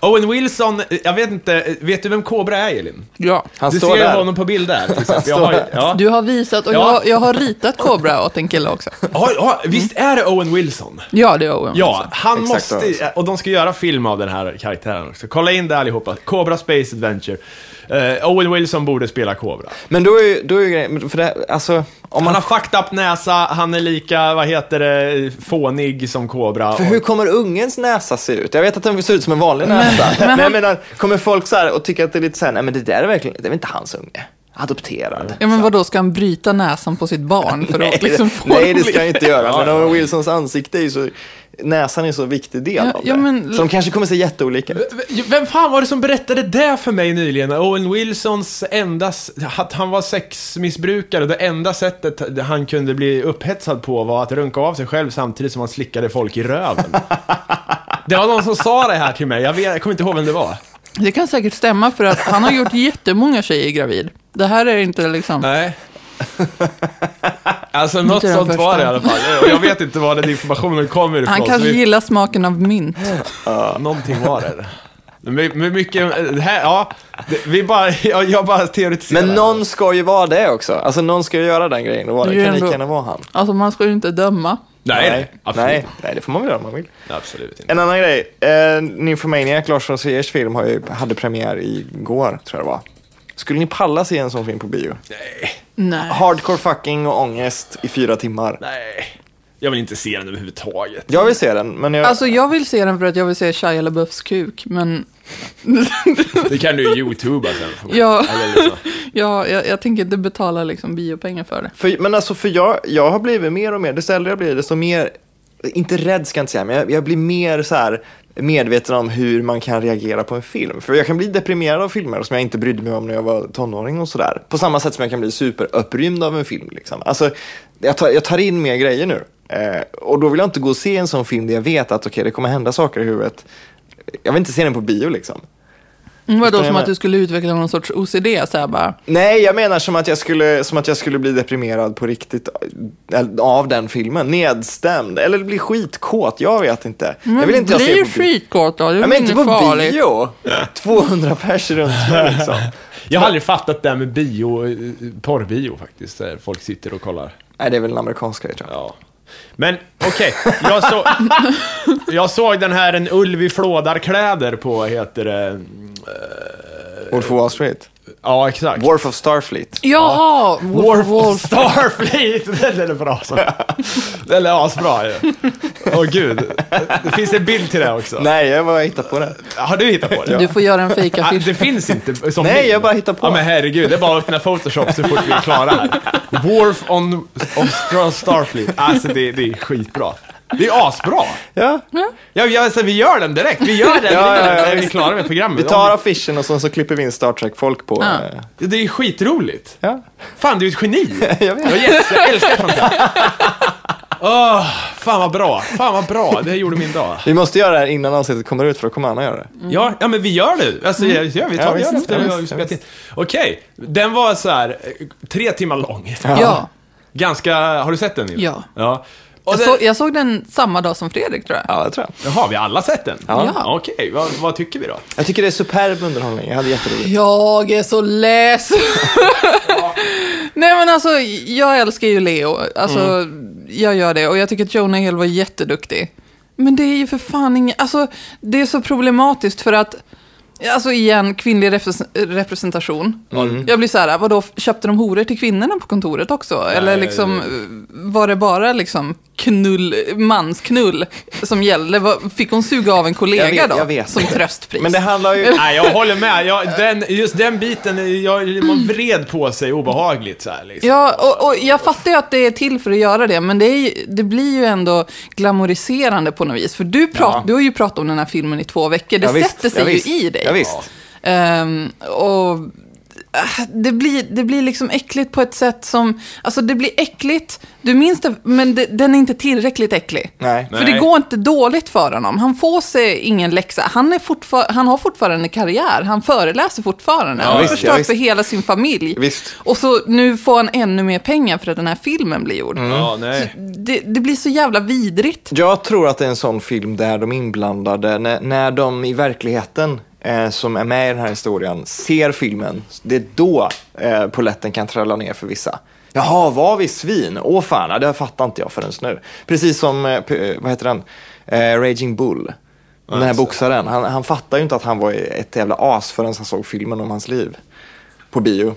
Owen Wilson, jag vet inte, vet du vem Cobra är, Elin? Ja. Han Du står ser där. honom på bilder till exempel. Jag står har, där. ja. Du har visat, och Ja. jag, jag har ritat Cobra åt en kille också. Ja, ja, visst är det Owen Wilson? Ja, det är Owen Ja, Wilson. han Exakt måste, och de ska göra film av den här karaktären också. Kolla in det allihopa. Cobra Space Adventure. Uh, Owen Wilson borde spela Cobra. Men då är ju, då är ju grejen, för det, alltså, om Han man, har fucked up näsa, han är lika, vad heter det, fånig som Cobra. för hur kommer ungens näsa se ut? Jag vet att den ser ut som en vanlig näsa. Men, men jag han- menar, kommer folk så här och tycka att det är lite så här, nej men det där är verkligen, det är väl inte hans unge? Adopterad. Ja, men vad då ska han bryta näsan på sitt barn för Nej, att liksom få nej, det ska jag inte göra. Ja, Men ja. Owen Wilsons ansikte är ju så, näsan är så viktig del Ja, av ja, det. men- Så de kanske kommer se jätteolika ut. Vem fan var det som berättade det för mig nyligen? Owen Wilsons enda, att han var sexmissbrukare. Det enda sättet han kunde bli upphetsad på var att runka av sig själv samtidigt som han slickade folk i röven. Det var någon som sa det här till mig. Jag, vet, jag kommer inte ihåg vem det var. Det kan säkert stämma för att han har gjort jättemånga tjejer gravid. Det här är inte liksom... Nej. Alltså något Inte den sånt var första. det i alla fall. Och jag vet inte var den informationen kommer ifrån. Han så kanske vi- gillar smaken av mint. Ja, någonting var det. Men men mycket, det här, ja, det, vi bara, jag, jag bara teoretiserar. Men någon ska ju vara det också. Alltså någon ska ju göra den grejen. Och Det är det ju kan ändå- lika gärna vara han. Alltså man ska ju inte döma. Nej, nej, absolut. nej, nej, det får man väl göra om man vill. Absolut inte. En annan grej. Eh, Nymphomaniac, Lars von Triers film, har ju, hade premiär igår, tror jag det var. Skulle ni palla se en sån film på bio? Nej, Nej. Hardcore fucking och ångest i fyra timmar. nej. Jag vill inte se den överhuvudtaget. Jag vill se den, men jag... Alltså jag vill se den för att jag vill se Shia LaBeoufs kuk, men... Det kan du YouTuba sen. Ja. Eller liksom. Ja, jag, jag tänker inte betala liksom biopengar för det. För, men alltså, för jag, jag har blivit mer och mer, desto äldre jag blir, desto mer, inte rädd ska jag inte säga, men jag, jag blir mer så här medveten om hur man kan reagera på en film. För jag kan bli deprimerad av filmer som jag inte brydde mig om när jag var tonåring och sådär. På samma sätt som jag kan bli superupprymd av en film. Liksom. Alltså, jag tar, jag tar in mer grejer nu. Eh, och då vill jag inte gå och se en sån film där jag vet att okay, det kommer hända saker i huvudet. Jag vill inte se den på bio liksom. Mm, vadå, jag som med? att du skulle utveckla någon sorts O C D så här bara? Nej, jag menar som att jag skulle, som att jag skulle bli deprimerad på riktigt av den filmen. Nedstämd. Eller bli skitkåt, jag vet inte. Men jag vill inte bli jag se på bio. skitkåt då, det är Ja, men väl inte inget på farligt. bio. tvåhundra pers runt mig liksom. Jag har aldrig fattat det här med bio, eh, porrbio faktiskt, där folk sitter och kollar. Nej, det är väl en amerikansk grej, tror jag. Ja. Men okej, jag, så, jag såg den här En ulv i flådarkläder på, heter det... Wolf of Wall Street. Ja, exakt. Wharf of Starfleet. Jaha! War of Starfleet, den är bra så. Den är asbra ju. Åh gud, det finns en bild till det också. Nej, jag bara hittar på det. Har du hittat på det? Du får göra en Ah, fejkaffisch. det finns inte som Nej, bild. jag bara hittar på. Ja men herregud, det är bara att öppna Photoshop så fort vi är klara här. Wharf on, on Star- Starfleet. Alltså det, det är skitbra. Det är asbra. Ja, Ja, vi, alltså, vi gör den direkt. Vi gör den Ja, ja, ja, när vi är visst. klara med programmet. vi tar affischen och så, så klipper vi in Star Trek-folk på. Ja. eh, Det är skitroligt. Ja, Fan, du är ett geni. jag vet. Jag, yes, jag älskar sånt här. Åh, fan vad bra. Fan vad bra. Det här gjorde min dag. Vi måste göra det här innan avsnittet kommer ut för att kommer Anna göra det. Ja, ja, men vi gör det. Alltså, ja, vi tar Ja, vi gör det visst, efter ja, vi har visst, spelat in. Okej, den var så här eh, tre timmar lång. Ja. Ganska, har du sett den? Nils? Ja. Ja. Och Jag, den, så, jag såg den samma dag som Fredrik, tror jag. Ja, det tror jag. Jaha, vi har alla sett den? Ja. Okej, vad, vad tycker vi då? Jag tycker det är superb underhållning. Jag hade jätteroligt. Jag är så less. Nej men alltså, jag älskar ju Leo. Alltså, Mm. jag gör det. Och jag tycker att Jonah Hill var jätteduktig. Men det är ju för fan inget... Alltså, det är så problematiskt för att... Alltså igen, kvinnlig repres- representation. Mm. Jag blir så här, vadå, köpte de horor till kvinnorna på kontoret också? Eller liksom, var det bara liksom knull, mansknull som gällde? Vad- Fick hon suga av en kollega Jag vet, då? jag vet. Som tröstpris? Men det handlar ju... Nej, jag håller med. Jag, den, just den biten, jag, man vred på sig obehagligt så här, liksom. Ja, och, och jag fattar ju att det är till för att göra det, men det, är ju, det blir ju ändå glamoriserande på något vis. För du, prat, Ja. du har ju pratat om den här filmen i två veckor. Det Ja, visst. sätter sig Ja, ju visst. i dig. Ja, visst. Ehm, och det blir, det blir liksom äckligt på ett sätt som... Alltså det blir äckligt, du minns det, men det, den är inte tillräckligt äcklig. Nej. För det går inte dåligt för honom. Han får sig ingen läxa. Han, är fortfar- han har fortfarande karriär. Han föreläser fortfarande. Ja, han har visst, förstört ja, för hela sin familj. Visst. Och så nu får han ännu mer pengar för att den här filmen blir gjord. Mm. Ja, nej. Det, det blir så jävla vidrigt. Jag tror att det är en sån film där de inblandade, när, när de i verkligheten eh, som är med i den här historien ser filmen, det är då eh, poletten kan tralla ner för vissa. Jaha, var vi svin? Åh fan, det fattar inte jag förrän nu. Precis som, eh, vad heter den? Eh, Raging Bull. Den här boxaren. Han, han fattar ju inte att han var ett jävla as förrän han såg filmen om hans liv. På bio.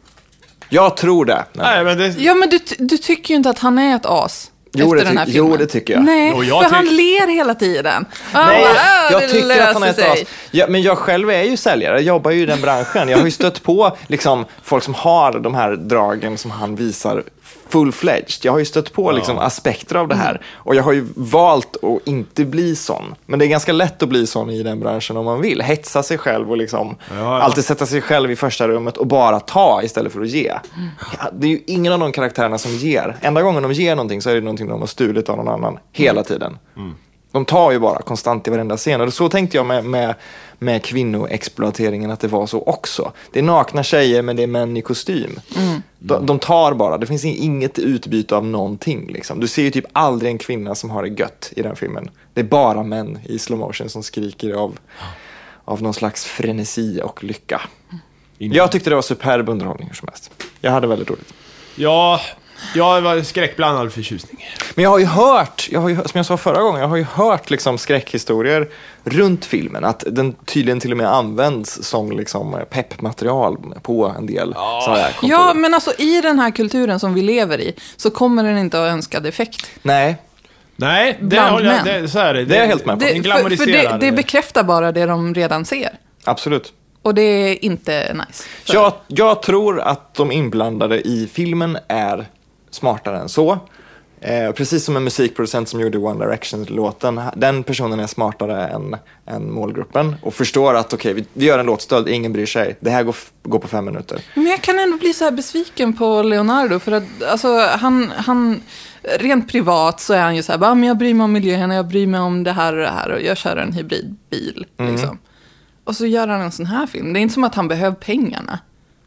Jag tror det. Nej, men det... Ja, men du, du tycker ju inte att han är ett as. Jo, efter det, den här ty- filmen. jo, det tycker jag. Nej, Jo, jag för tyck- han ler hela tiden. Han Nej, bara, jag, "Åh, jag det tycker att han är löser ett as. sig." Ja, men jag själv är ju säljare, jag jobbar ju i den branschen. Jag har ju stött på liksom, folk som har de här dragen som han visar full-fledged. Jag har ju stött på liksom, aspekter av det här. Och jag har ju valt att inte bli sån. Men det är ganska lätt att bli sån i den branschen om man vill. Hetsa sig själv och liksom, Ja, ja. alltid sätta sig själv i första rummet och bara ta istället för att ge. Ja, det är ju ingen av de karaktärerna som ger. Enda gången de ger någonting så är det någonting de har stulit av någon annan. Hela tiden. De tar ju bara konstant i varenda scen. Och så tänkte jag med, med, med kvinnoexploateringen att det var så också. Det är nakna tjejer men det är män i kostym. Mm. De, de tar bara. Det finns inget utbyte av någonting. Liksom. Du ser ju typ aldrig en kvinna som har det gött i den filmen. Det är bara män i slow motion som skriker av, av någon slags frenesi och lycka. Mm. Jag tyckte det var superb underhållning hur som helst. Jag hade väldigt roligt. Ja, jag var skräckblandad förtjusning. Men jag har ju hört, jag har ju, som jag sa förra gången, jag har ju hört liksom skräckhistorier runt filmen. Att den tydligen till och med används som liksom peppmaterial på en del Ja. sådana här kontor. Ja, men alltså i den här kulturen som vi lever i så kommer den inte ha önskad effekt. Nej, Nej, det Bland håller jag, män. det, så är det. Det är jag helt med på. Det, Den för för det, glamoriserar det bekräftar bara det de redan ser. absolut. Och det är inte nice. för- Jag, jag tror att de inblandade i filmen är smartare än så. Eh, precis som en musikproducent som gjorde One Direction-låten. Den personen är smartare än, än målgruppen. Och förstår att okej, okay, vi, vi gör en låtstöld, ingen bryr sig. Det här går, f- går på fem minuter. Men jag kan ändå bli så här besviken på Leonardo. För att alltså, han, han, rent privat så är han ju så här, bara, men jag bryr mig om miljön, jag bryr mig om det här och det här. Och jag kör en hybridbil. Mm. Liksom. Och så gör han en sån här film. Det är inte som att han behöver pengarna.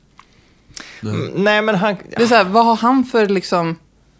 Mm, nej, men han... Det är så här, vad har han för liksom...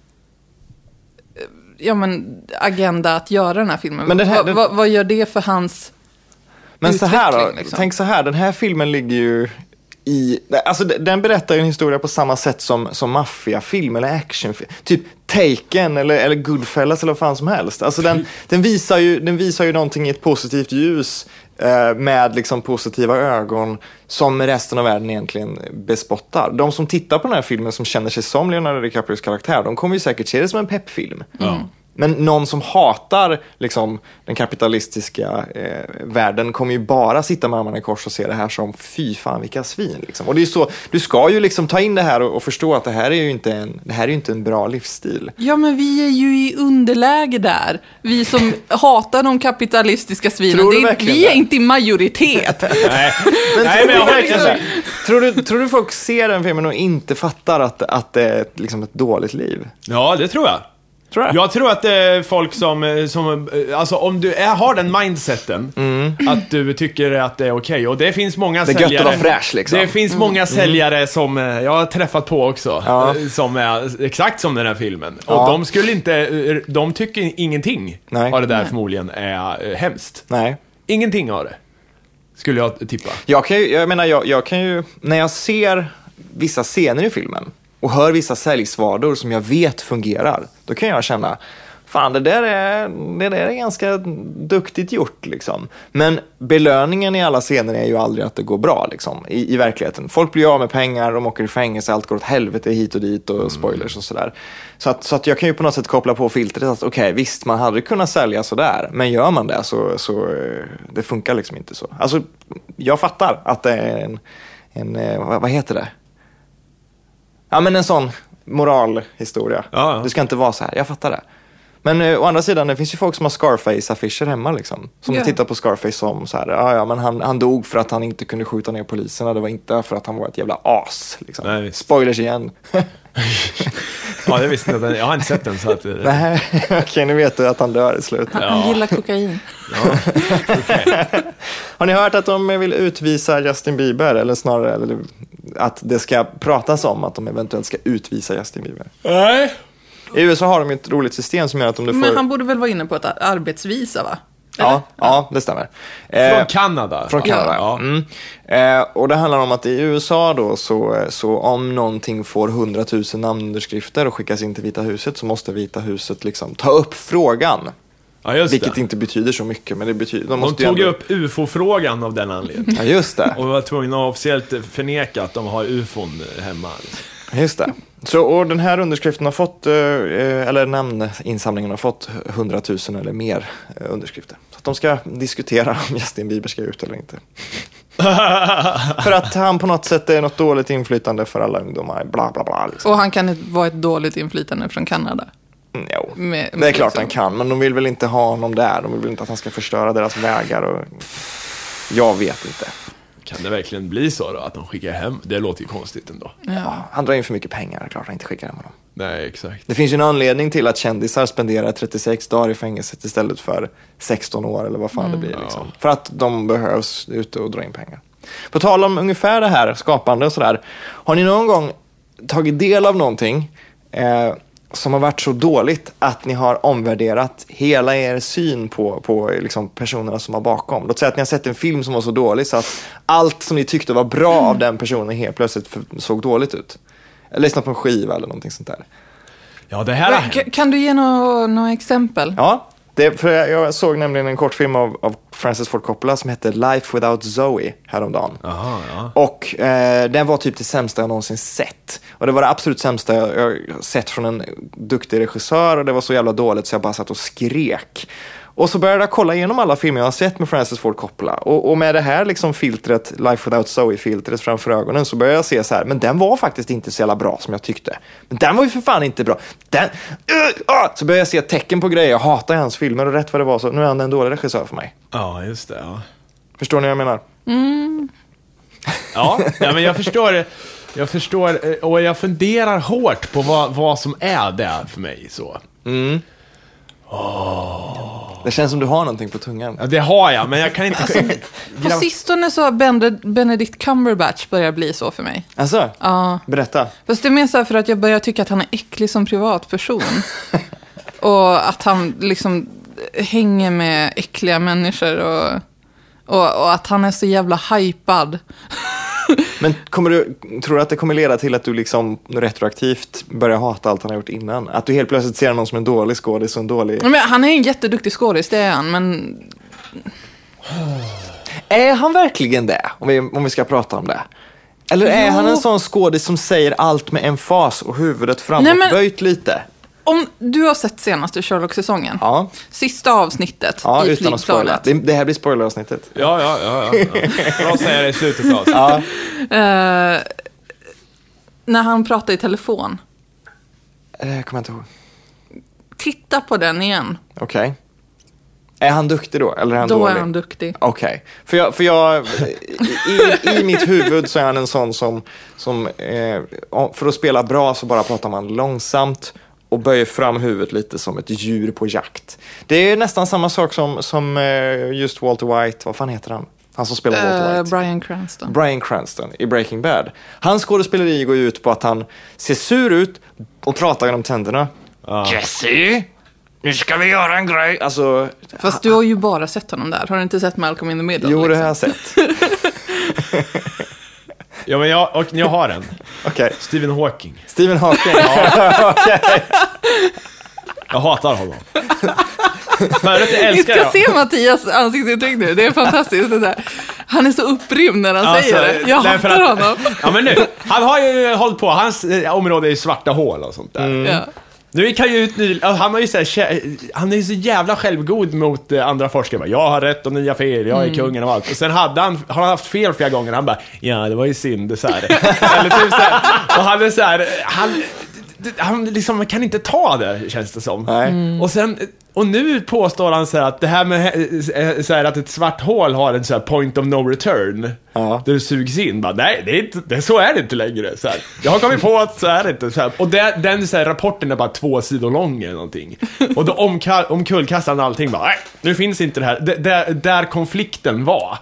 Ja, men agenda att göra den här filmen? Men den här- vad, den- vad, vad gör det för hans Men så här då, utveckling, liksom? tänk så här, den här filmen ligger ju i, alltså den berättar ju en historia på samma sätt som, som maffiafilm eller actionfilm. Typ Taken eller, eller Goodfellas eller vad fan som helst. Alltså den, den, visar ju, den visar ju någonting i ett positivt ljus eh, med liksom positiva ögon som resten av världen egentligen bespottar. De som tittar på den här filmen som känner sig som Leonardo DiCaprios karaktär, de kommer ju säkert se det som en peppfilm. Ja. Men någon som hatar liksom, den kapitalistiska eh, världen kommer ju bara sitta med armarna i kors och se det här som fy fan vilka svin. Liksom. Och det är ju så, du ska ju liksom ta in det här och, och förstå att det här är ju inte en, det här är ju inte en bra livsstil. Ja, men vi är ju i underläge där. Vi som hatar de kapitalistiska svinen. Tror du Det är, verkligen vi är det? inte i majoritet. Nej, Men, Nej, men jag har verkligen så. tror, du, tror du folk ser den filmen och inte fattar att, att det är ett, liksom ett dåligt liv? Ja, det tror jag. Tror jag? Jag tror att det är folk som, som alltså om du är, har den mindseten att du tycker att det är okej, och det finns många Det är gött säljare. att vara fräsch, liksom. Det finns många säljare som eh, jag har träffat på också, Ja. eh, som är exakt som den här filmen. Och Ja. de skulle inte, eh, de tycker ingenting Nej. av det där förmodligen är eh, hemskt. Nej. Ingenting av det, skulle jag tippa. Jag kan ju, jag menar, jag, jag kan ju, när jag ser vissa scener i filmen och hör vissa säljsvardor som jag vet fungerar, då kan jag känna, fan det där är, det där är ganska duktigt gjort liksom. Men belöningen i alla scener är ju aldrig att det går bra liksom, i, i verkligheten. Folk blir av med pengar, de åker i fängelse, allt går åt helvete hit och dit och spoilers och sådär. Så att, så att jag kan ju på något sätt koppla på filtret att okej, okay, visst man hade kunnat sälja sådär, men gör man det så, så eh, det funkar liksom inte så. Alltså, jag fattar att det är en, en eh, vad, vad heter det? Ja, men en sån moralhistoria. Ja, ja. Du ska inte vara så här, jag fattar det. Men eh, å andra sidan, det finns ju folk som har Scarface-affischer hemma liksom. Som Ja. tittar på Scarface som så här, ja ja, men han, han dog för att han inte kunde skjuta ner poliserna. Det var inte för att han var ett jävla as liksom. Nej, visst. Spoilers igen. Ja, det visste jag. Jag har inte sett den så att... Nej, okej, nu vet du att han dör i slutet. Han, Ja. han gillar kokain. Ja, okay. Har ni hört att de vill utvisa Justin Bieber? Eller snarare eller, att det ska pratas om att de eventuellt ska utvisa Justin Bieber? Nej. I U S A har de ett roligt system som gör att om du får... Men han borde väl vara inne på ett arbetsvisa, va? Ja, ja, det stämmer. Från Eh, Kanada. Från Kanada, Ja. ja. Mm. Eh, och det handlar om att i U S A då, så, så om någonting får hundratusen namnunderskrifter och skickas in till Vita huset, så måste Vita huset liksom ta upp frågan. Ja, just Vilket det. inte betyder så mycket, men det betyder... De, De måste ju tog ju ändå... upp U F O-frågan av den anledningen. Ja, just det. Och var tvungna att officiellt förneka att de har U F O-n hemma. Just det. Så, och den här underskriften har fått, eh, eller namninsamlingen har fått hundratusen eller mer eh, underskrifter. Så att de ska diskutera om Justin Bieber ska ut eller inte. För att han på något sätt är något dåligt inflytande för alla ungdomar. Bla bla bla. Liksom. Och han kan inte vara ett dåligt inflytande från Kanada. Mm, jo. Med, Det är klart liksom. han kan, men de vill väl inte ha honom där. De vill väl inte att han ska förstöra deras vägar. Och... Jag vet inte. Kan det verkligen bli så då, att de skickar hem? Det låter ju konstigt ändå. Ja. Han drar in för mycket pengar, det är klart han inte skickar hem honom. Nej, exakt. Det finns ju en anledning till att kändisar spenderar trettiosex dagar i fängelset istället för sexton år eller vad fan Mm. det blir. Liksom. För att de behövs ute och dra in pengar. På tal om ungefär det här skapande och sådär. Har ni någon gång tagit del av någonting eh, som har varit så dåligt att ni har omvärderat hela er syn på, på liksom, personerna som var bakom? Låt säga att ni har sett en film som var så dålig så att allt som ni tyckte var bra av den personen helt plötsligt såg dåligt ut. Eller lyssnat på en skiva eller någonting sånt där. Ja, det här har Men, k- kan du ge några, några exempel? Ja, det, för jag, jag såg nämligen en kortfilm av, av Francis Ford Coppola som hette Life Without Zoe häromdagen. Aha, ja. Och eh, den var typ det sämsta jag någonsin sett. Och det var det absolut sämsta jag, jag sett från en duktig regissör. Och det var så jävla dåligt så jag bara satt och skrek. Och så började jag kolla igenom alla filmer jag har sett med Francis Ford Coppola. Och, och med det här liksom filtret, Life Without Zoe-filtret framför ögonen, så började jag se så här, men den var faktiskt inte så jävla bra som jag tyckte. Men den var ju för fan inte bra. Den, uh, uh, så började jag se tecken på grejer. Jag hatar hans filmer och rätt vad det var så nu är han en dålig regissör för mig. Ja, just det. Ja, Förstår ni vad jag menar? ja, ja men jag förstår. Jag förstår och jag funderar hårt på vad, vad som är det för mig så. Det känns som du har någonting på tungan. Ja, det har jag, men jag kan inte... På sistone så har Benedict, Benedict Cumberbatch börjat bli så för mig. Alltså, Ja. berätta. Fast det är mer så här för att jag börjar tycka att han är äcklig som privatperson. Och att han liksom hänger med äckliga människor och, och, och att han är så jävla hypad. Men kommer du, tror du att det kommer leda till att du liksom retroaktivt börjar hata allt han har gjort innan? Att du helt plötsligt ser någon som en dålig skådis och en dålig... Men han är en jätteduktig skådis, det är han, men... Är han verkligen det? Om vi, om vi ska prata om det. Eller är Jo. han en sån skådis som säger allt med emfas och huvudet framåt, Nej, men- böjt lite? Om du har sett senaste Sherlock-säsongen, Ja, sista avsnitt ja i utan att spoila. flygplanet. Det, det här blir spoileravsnittet. Ja, ja, ja. ja, ja. Bra säger det i slutet av. Ja, Eh, när han pratar i telefon. det kommer jag inte ihåg. Titta på den igen. Okej. Är han duktig då? Eller är han Då dålig? är han duktig. Okej, för, jag, för jag, i, i mitt huvud så är han en sån som, som eh, för att spela bra så bara pratar man långsamt och böjer fram huvudet lite som ett djur på jakt. Det är nästan samma sak som, som eh, just Walter White, vad fan heter han? Han som spelar Walter Eh, White. Bryan Cranston. Bryan Cranston i Breaking Bad. Hans skådespeleri går ju ut på att han ser sur ut och pratar genom tänderna. Ja. Jesse, nu ska vi göra en grej. Alltså, Fast du har ju bara sett honom där. Har du inte sett Malcolm in the Middle? jo, det liksom? har jag sett. Ja, men jag, och jag har en. Okej. Stephen Hawking. Stephen Hawking. Jag hatar honom. Förut jag Ni älskar ska jag. se Mattias ansiktsuttryck nu. Det är fantastiskt. Det där. Han är så upprymd när han Alltså, säger det. Jag nej, för hatar att- honom. Ja, men nu. Han har ju hållit på. Hans eh, område är ju svarta hål och sånt där. Ja. Nu kan ju ut ny, alltså, han har ju så här, kä- han är ju så jävla självgod mot eh, andra forskare. Bara, jag har rätt och ni har fel, jag är Mm. kungen och allt. Och sen hade han, har han haft fel flera gånger. Han bara, ja det var ju synd så här. Eller typ så här. Och han är så här, han, han liksom kan inte ta det, känns det som. Nej. Mm. Och sen och nu påstår han så här att det här med så här att ett svart hål har en så här point of no return. Ja. Där det sugs in. Bara, nej, det är inte, det, så är det inte längre. Så här. Jag har kommit på att så är det inte. Så här. Och det, den så här, rapporten är bara två sidor lång eller någonting. Och då omka, omkullkastar han allting. Bara, nej, nu finns inte det här. Det, där, där konflikten var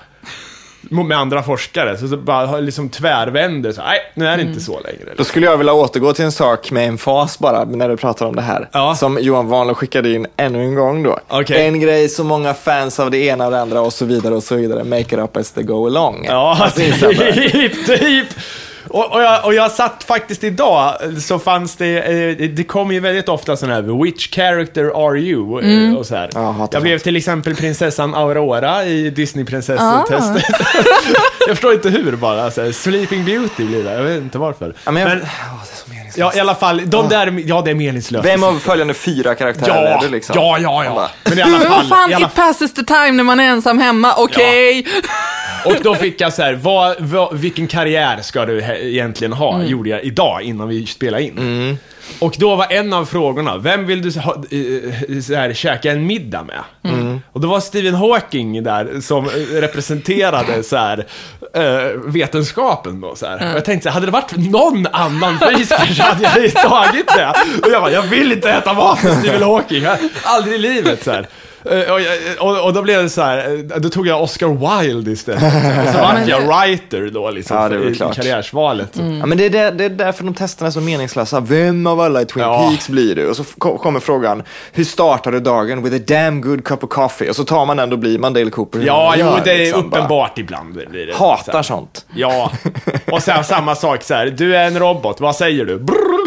med andra forskare. Så, så bara liksom tvärvänder. Så, nej, nu är det inte så längre. Då skulle jag vilja återgå till en sak med en fas bara när du pratar om det här. Ja. Som Johan Wahnlo skickade in ännu en gång då. Okay. En grej så många fans av det ena och det andra och så vidare och så vidare. Make it up as they go along. Ja, Alltså, typ, typ. Och, och, jag, och jag satt faktiskt idag, så fanns det, eh, det kom ju väldigt ofta sån här, which character are you? Mm. Och så här. Ja, hatar jag blev sånt. till exempel prinsessan Aurora i Disney-prinsesstestet. Jag förstår inte hur bara, så här, Sleeping Beauty blir det, jag vet inte varför. Ja, men jag, men, åh, det är så meningslöst. ja, i alla fall, de där, ja det är meningslöst. Vem av följande fyra karaktärer ja, är det liksom? ja, ja, ja. Men i alla Men fall, vad fan, i alla it passes the time när man är ensam hemma, okej? Okay. Och då fick jag så här, vad, vad, vilken karriär ska du he- egentligen ha? Mm. Gjorde jag idag innan vi spelade in. Mm. Och då var en av frågorna, vem vill du ha, så här, käka en middag med? Mm. Och då var Stephen Hawking där som representerade så här, uh, vetenskapen då, så här. Mm. Och jag tänkte så här, hade det varit någon annan fysiker så hade jag tagit det. Och jag bara, jag vill inte äta mat med Stephen Hawking, aldrig i livet så här. Och, och, och då blev det så här, då tog jag Oscar Wilde istället. Och så var jag writer då liksom, ja, det är i, i karriärsvalet. Mm. Ja, men det är, det, det är därför de testerna är så meningslösa. Vem av alla i Twin ja. Peaks blir du? Och så kom, kommer frågan, hur startar du dagen with a damn good cup of coffee? Och så tar man den, då blir man Dale Cooper. Ja, jo, gör, det är liksom, uppenbart bara. Ibland blir det. Hatar så sånt. Ja, och sen samma sak så här, du är en robot, vad säger du?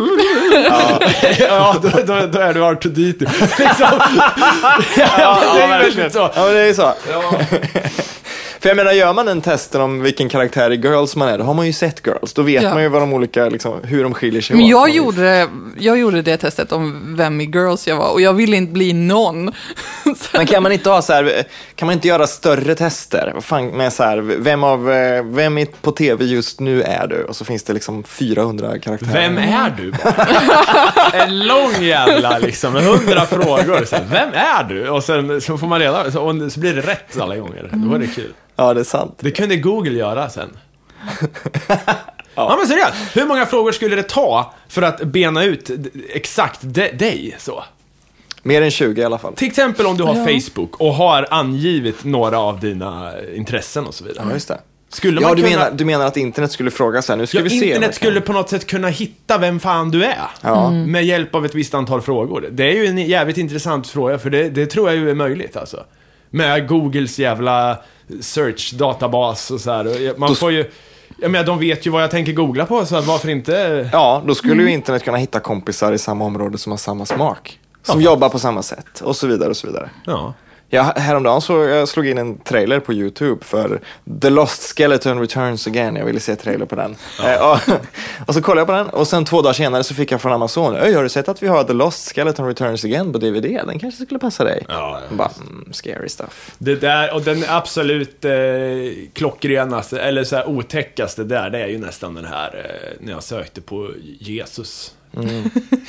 Ja, ja då, då, då är du R two D two. Liksom. Ja, det är väldigt så. Ja, men det är så. Ja. För jag menar, gör man en testen om vilken karaktär i Girls man är, då har man ju sett Girls. Då vet ja. man ju vad de olika, liksom, hur de skiljer sig. Men jag gjorde, jag gjorde det testet om vem i Girls jag var, och jag ville inte bli någon. Men kan man inte ha så här, kan man inte göra större tester? Vad fan, med så här, vem av vem är på tv just nu är du? Och så finns det liksom fyrahundra karaktärer. Vem är du? En lång jävla liksom, hundra frågor. Så här, vem är du? Och sen så får man reda, så, och så blir det rätt alla gånger. Då var det kul. Ja, det är sant. Det kunde Google göra sen. ja. ja, men seriöst. Hur många frågor skulle det ta för att bena ut exakt de- dig så? Mer än tjugo i alla fall. Till exempel om du har ja. Facebook och har angivit några av dina intressen och så vidare. Ja, just det. Skulle ja, man du, kunna... menar, du menar att internet skulle fråga så här, nu ska ja, vi se. internet skulle på något sätt kunna hitta vem fan du är. Ja. Mm. Med hjälp av ett visst antal frågor. Det är ju en jävligt intressant fråga, för det, det tror jag ju är möjligt alltså. Med Googles jävla search-databas och så här. Man då... får ju... Jag menar, de vet ju vad jag tänker googla på, så varför inte... Ja, då skulle mm. ju internet kunna hitta kompisar i samma område som har samma smak. Som ja, jobbar på samma sätt, och så vidare och så vidare. Ja. Ja, häromdagen så jag slog in en trailer på YouTube för The Lost Skeleton Returns Again. Jag ville se trailer på den. Ja. Eh, och, och så kollade jag på den, och sen två dagar senare så fick jag från Amazon: Öj, har du sett att vi har The Lost Skeleton Returns Again på D V D? Den kanske skulle passa dig. Ja, ja. Bara, mm, scary stuff. Det där, och den absolut eh, klockrenaste, eller så här otäckaste där, det är ju nästan den här eh, när jag sökte på Jesus. Mm.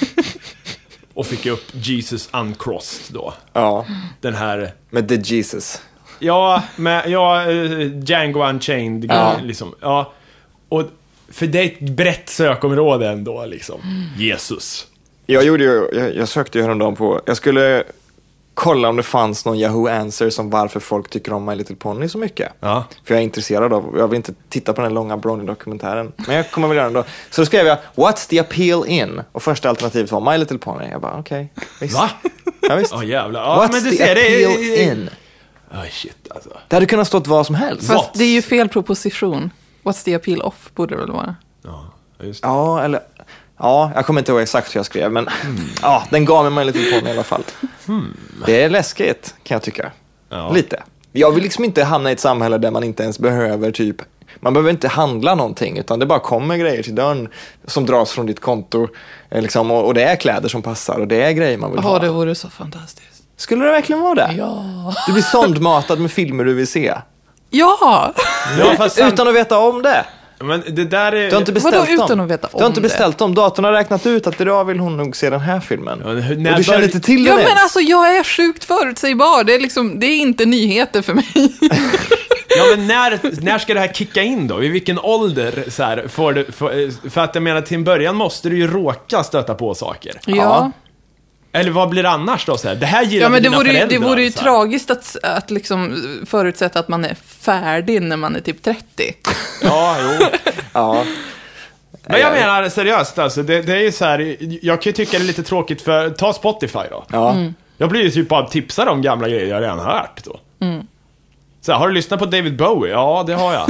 Och fick upp Jesus Uncrossed då. Ja. Den här... Med The Jesus. Ja, med, ja Django Unchained. Ja. Liksom. Ja. Och för det är ett brett sökområde ändå, liksom. Jesus. Jag gjorde ju, jag, jag sökte ju häromdagen på, jag skulle kolla om det fanns någon Yahoo Answers om varför folk tycker om My Little Pony så mycket. Ja. För jag är intresserad av, jag vill inte titta på den långa Brony-dokumentären. Men jag kommer väl göra den då. Så då skrev jag, what's the appeal in? Och första alternativet var My Little Pony. Jag bara, okej. Okay, Va? Ja, visst. Oh, jävlar. Ja, what's men du the ser, appeal det är... in? Oh, shit, alltså. Det hade kunnat stått vad som helst. Fast det är ju fel proposition. What's the appeal off borde det väl vara. Ja, just det. Ja, eller... Ja, jag kommer inte ihåg exakt hur jag skrev, men mm. ja, den gav mig My Little Pony i alla fall. Mm. Det är läskigt, kan jag tycka. Ja. Lite. Jag vill liksom inte hamna i ett samhälle där man inte ens behöver typ... Man behöver inte handla någonting, utan det bara kommer grejer till dörren som dras från ditt konto. Liksom, och, och det är kläder som passar, och det är grejer man vill oh, ha. Det vore så fantastiskt. Skulle det verkligen vara det? Ja. Du blir sondmatad med filmer du vill se. Ja! Ja, fast sen... Utan att veta om det. Men det där är... Du har inte beställt Vadå, dem. utan att veta om Du har inte det? beställt dem. Datorn har räknat ut att idag vill hon nog se den här filmen. Ja, när och du bör- känner inte till Ja, den men ens. alltså jag är sjukt förutsägbar. Det är liksom, det är inte nyheter för mig. Ja, men när, när ska det här kicka in då? I vilken ålder så här, får du, för, för att jag menar, till en början måste du ju råka stöta på saker. Ja. Eller vad blir det annars då? Så här? Det här gillar Ja, men det dina vore, ju, föräldrar. det vore ju så här. tragiskt att, att liksom förutsätta att man är färdig när man är typ trettio. Ja, jo. Ja. Men jag menar seriöst alltså, det, det är ju så här, jag kan ju tycka det är lite tråkigt för, ta Spotify då. Ja. Jag blir ju typ bara tipsad om gamla grejer jag redan hört då. Mm. Så här, har du lyssnat på David Bowie? Ja, det har jag.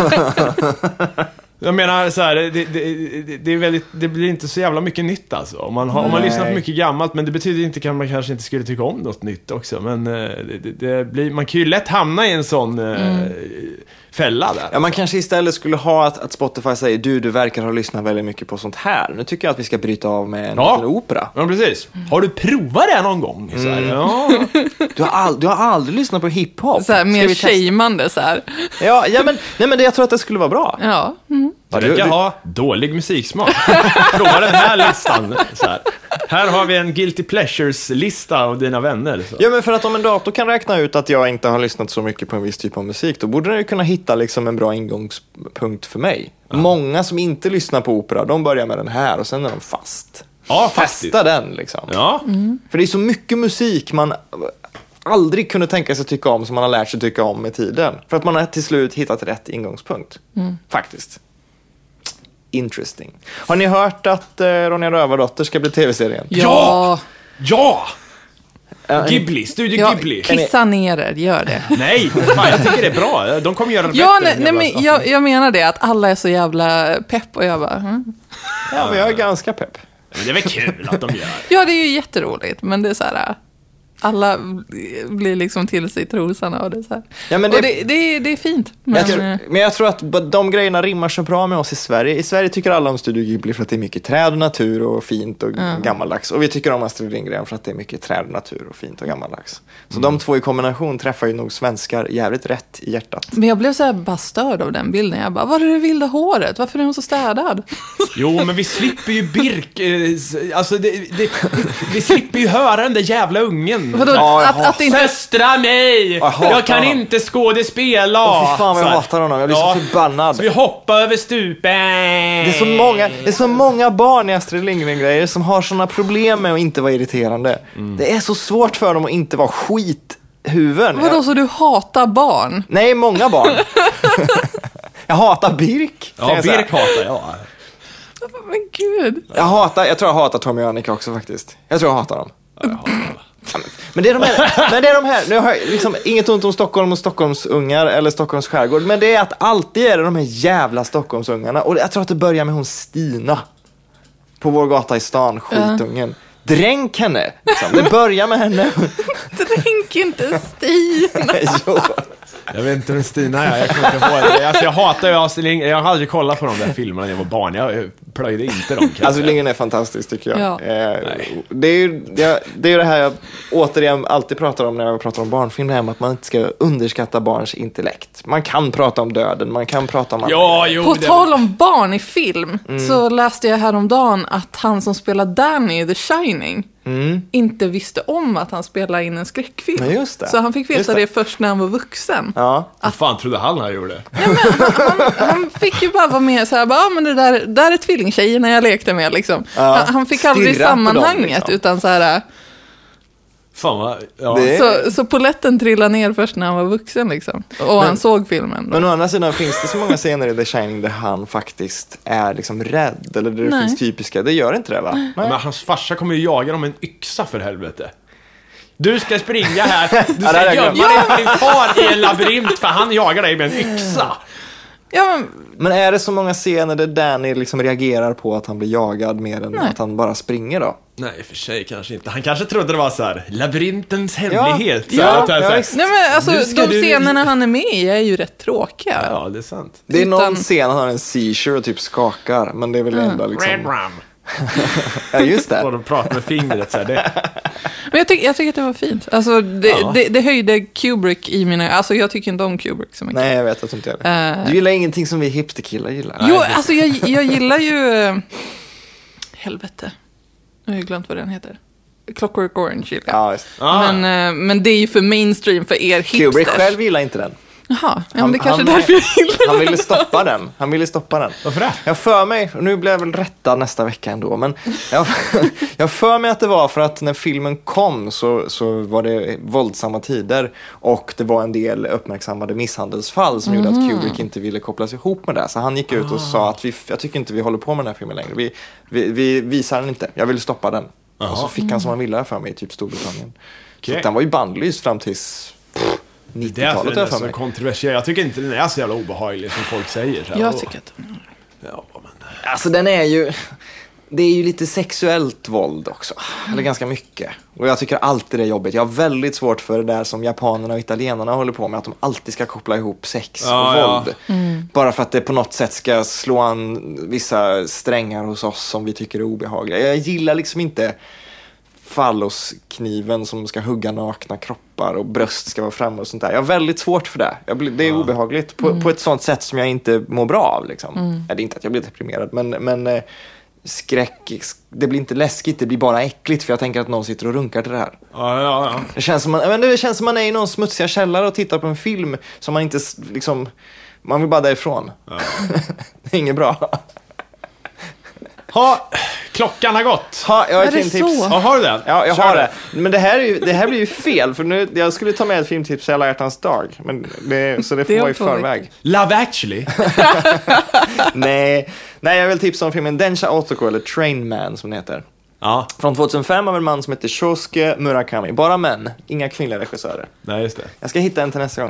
Jag menar så här, det, det, det, det, är väldigt, det blir inte så jävla mycket nytt alltså. Om man, har, om man Nej. lyssnar på mycket gammalt, men det betyder inte att man kanske inte skulle tycka om något nytt också. Men eh, det, det, det blir, man kan ju lätt hamna i en sån eh, Mm. fälla där. Ja, man kanske istället skulle ha att, att Spotify säger du, du verkar ha lyssnat väldigt mycket på sånt här. Nu tycker jag att vi ska bryta av med en Ja. liten opera. Ja, precis. Har du provat det någon gång? Så här, ja. Du har, all, du har aldrig lyssnat på hiphop. Så här, Ska mer vi testa? shameande så här. Ja, ja men, nej, men det, jag tror att det skulle vara bra. Ja. Mm. Du du- verkar du- ha dålig musiksmak. Prova den här listan. Så här. Här har vi en Guilty Pleasures-lista av dina vänner. Så. Ja, men för att om en dator kan räkna ut att jag inte har lyssnat så mycket på en viss typ av musik, då borde den ju kunna hitta liksom en bra ingångspunkt för mig. Många som inte lyssnar på opera, de börjar med den här och sen är de fast. Ja, faktiskt. Testa den liksom. Ja. För det är så mycket musik man aldrig kunde tänka sig tycka om som man har lärt sig tycka om med tiden. För att man har till slut hittat rätt ingångspunkt. Faktiskt. Interesting. Har ni hört att eh, Ronja Rövardotter ska bli tv-serien? Ja. Ja! Ja, Ghibli, Studio Ja, Ghibli. kissa ner er, gör det. Nej, fan, jag tycker det är bra. De kommer göra det Ja, bättre. nej, än nej, jävla men jag, jag menar det, att alla är så jävla pepp och jag bara, hm. Ja, men jag är ganska pepp. Men det är väl kul att de gör. Ja, det är ju jätteroligt, men det är så här, alla blir liksom till sig trosarna och det är så här. Ja, men Och det, det, det, är, det är fint. Men, jag tror, men jag tror att de grejerna rimmar så bra med oss i Sverige. I Sverige tycker alla om Studio Ghibli för att det är mycket träd och natur och fint och gammaldags. Och vi tycker om Astrid Lindgren för att det är mycket träd och natur och fint och gammaldags. Så de två i kombination träffar ju nog svenskar jävligt rätt i hjärtat. men jag blev så här bara störd av den bilden. Jag bara, var är det vilda håret? Varför är hon så städad? Jo, men vi slipper ju Birk. eh, s- Alltså, det, det, vi slipper ju höra den där jävla ungen. Vadå, Ja, jag att, att det inte... Söstra mig! Jag hatar Jag kan honom. inte skådespela! Åh, fy fan vad jag Så här. hatar honom. Jag blir Ja. så förbannad. Så vi hoppar över stupen. Det är så många, det är så många barn i Astrid Lindgren-grejer som har såna problem med att inte vara irriterande. Det är så svårt för dem att inte vara skithuvuden. Vadå, så du hatar barn? Nej, många barn. Jag hatar Birk. kan Ja, jag säga. Birk hatar jag. Men gud. Jag hatar, jag tror jag hatar Tommy och Annika också faktiskt. Jag tror jag hatar dem. Ja, jag hatar alla. Men det är de här, men det är de här, nu har jag liksom inget ont om Stockholm och Stockholms ungar eller Stockholms skärgård, men det är att alltid är det de här jävla Stockholmsungarna. Och jag tror att det börjar med hon Stina på vår gata i stan, skitungen. Dränk henne, liksom. Det börjar med henne. Dränk inte Stina. Jo. Jag vet inte hur Stina är, jag kommer inte ihåg det. Alltså, jag hatar ju Astrid Lindgren. Jag har aldrig kollat på de där filmerna när jag var barn. Jag plöjde inte dem. Alltså Lindgren är fantastisk tycker jag. Ja. Eh, det, är ju, det, det är ju det här jag återigen alltid pratar om när jag pratar om barnfilm, det här med att man inte ska underskatta barns intellekt. Man kan prata om döden, man kan prata om... Ja, jo. På det- tal om barn i film så läste jag häromdagen att han som spelar Danny i The Shining inte visste om att han spelade in en skräckfilm. Men just det. Så han fick Just veta det. det. först när han var vuxen. Ja. Vad fan trodde han han gjorde? Han, han fick ju bara vara med så här, bara, ah, men det där, där är tvillingtjejerna jag lekte med liksom. Ja, Han, han fick aldrig stirra på dem, sammanhanget liksom. utan så här, Fan vad... Ja. Det- så, så poletten trillade ner först när han var vuxen liksom. Och han såg filmen. Men å andra sidan finns det så många scener i The Shining där han faktiskt är liksom rädd, eller där det Nej. finns typiska, det gör inte det va? Nej. Men hans farsa kommer ju jaga dem med en yxa för helvete. Du ska springa här. Du Ja, det ska har jag glömt. gömma dig för din far i en labyrint för han jagar dig med en yxa. Ja, men, Men är det så många scener där Danny liksom reagerar på att han blir jagad mer än Nej. att han bara springer då? Nej, för sig kanske inte. Han kanske trodde det var så här labyrintens hemlighet. Så ja, här, att jag ja, så här, visst. nej, men alltså, Nu de ska du- scenerna han är med i är ju rätt tråkiga. Ja, det är sant. Det är någon Utan- scen han har en seizure och typ skakar, men det är väl det enda Red liksom... rum. Ja, just det. Och de pratar med fingret så här. Det... Men jag, tyck, jag tycker att det var fint. Alltså, det, Ja. det, det höjde Kubrick i mina... Alltså, jag tycker inte om Kubrick så mycket. Nej, jag vet att du inte gör det. Uh, Du gillar ingenting som vi hipsterkillar gillar. jo, Nej, alltså jag, jag gillar ju... Uh, helvete. Jag har ju glömt vad den heter. Clockwork Orange gillar jag. Ja, just. Ah. Men, uh, men det är ju för mainstream för er hipsters. Kubrick själv gillar inte den. Jaha, ja, men Han- det kanske han- är därför jag gillar Han ville stoppa den. Han ville stoppa den. Varför det? Jag för mig, och nu blir jag väl rättad nästa vecka ändå, men jag, jag för mig att det var för att när filmen kom så, så var det våldsamma tider och det var en del uppmärksammade misshandelsfall som gjorde att Kubrick inte ville kopplas ihop med det. Så han gick ut och sa att vi, jag tycker inte vi håller på med den här filmen längre. Vi, vi, vi visar den inte. Jag vill stoppa den. Jaha. Och så fick han som han ville för mig i typ Storbritannien. Okej. Så den var ju bandlyst fram tills pff, Det är nittiotalet därför har den är jag för så mig. kontroversiell. Jag tycker inte den är så jävla obehaglig som folk säger. Så här, Jag åh. tycker att den är... Ja, men... Alltså den är ju, det är ju lite sexuellt våld också, eller ganska mycket. Och jag tycker alltid det är jobbigt. Jag har väldigt svårt för det där som japanerna och italienarna håller på med, att de alltid ska koppla ihop sex Ja, och ja. våld. Bara för att det på något sätt ska slå an vissa strängar hos oss som vi tycker är obehagliga. Jag gillar liksom inte falloskniven som ska hugga nakna kroppar och bröst ska vara framme och sånt där. Jag har väldigt svårt för det. Jag blir, det är Ja. obehagligt på, på ett sånt sätt som jag inte mår bra av. Liksom. Ja, det är inte att jag blir deprimerad, men, men eh, skräck, det blir inte läskigt, det blir bara äckligt för jag tänker att någon sitter och runkar till det här. Ja, ja, ja. Det känns som man, men det känns som man är i någon smutsiga källare och tittar på en film som man inte s- liksom, man vill bara därifrån. Ja. Det är inget bra. Ha, klockan har gått. Ha, jag har Är ett det filmtips. så? Ja, har du den? Ja, jag Kör har det. Men det här, är ju, det här blir ju fel, för nu, jag skulle ta med ett filmtips i alla hjärtans dag. Men det, så det får Det är vara i på förväg. Love Actually. Nej, nej, jag vill tipsa om filmen Densha Otoko, eller Train Man som den heter. Ja, Från tjugohundrafem av en man som heter Shosuke Murakami. Bara män, inga kvinnliga regissörer. nej just det. Jag ska hitta en till nästa gång.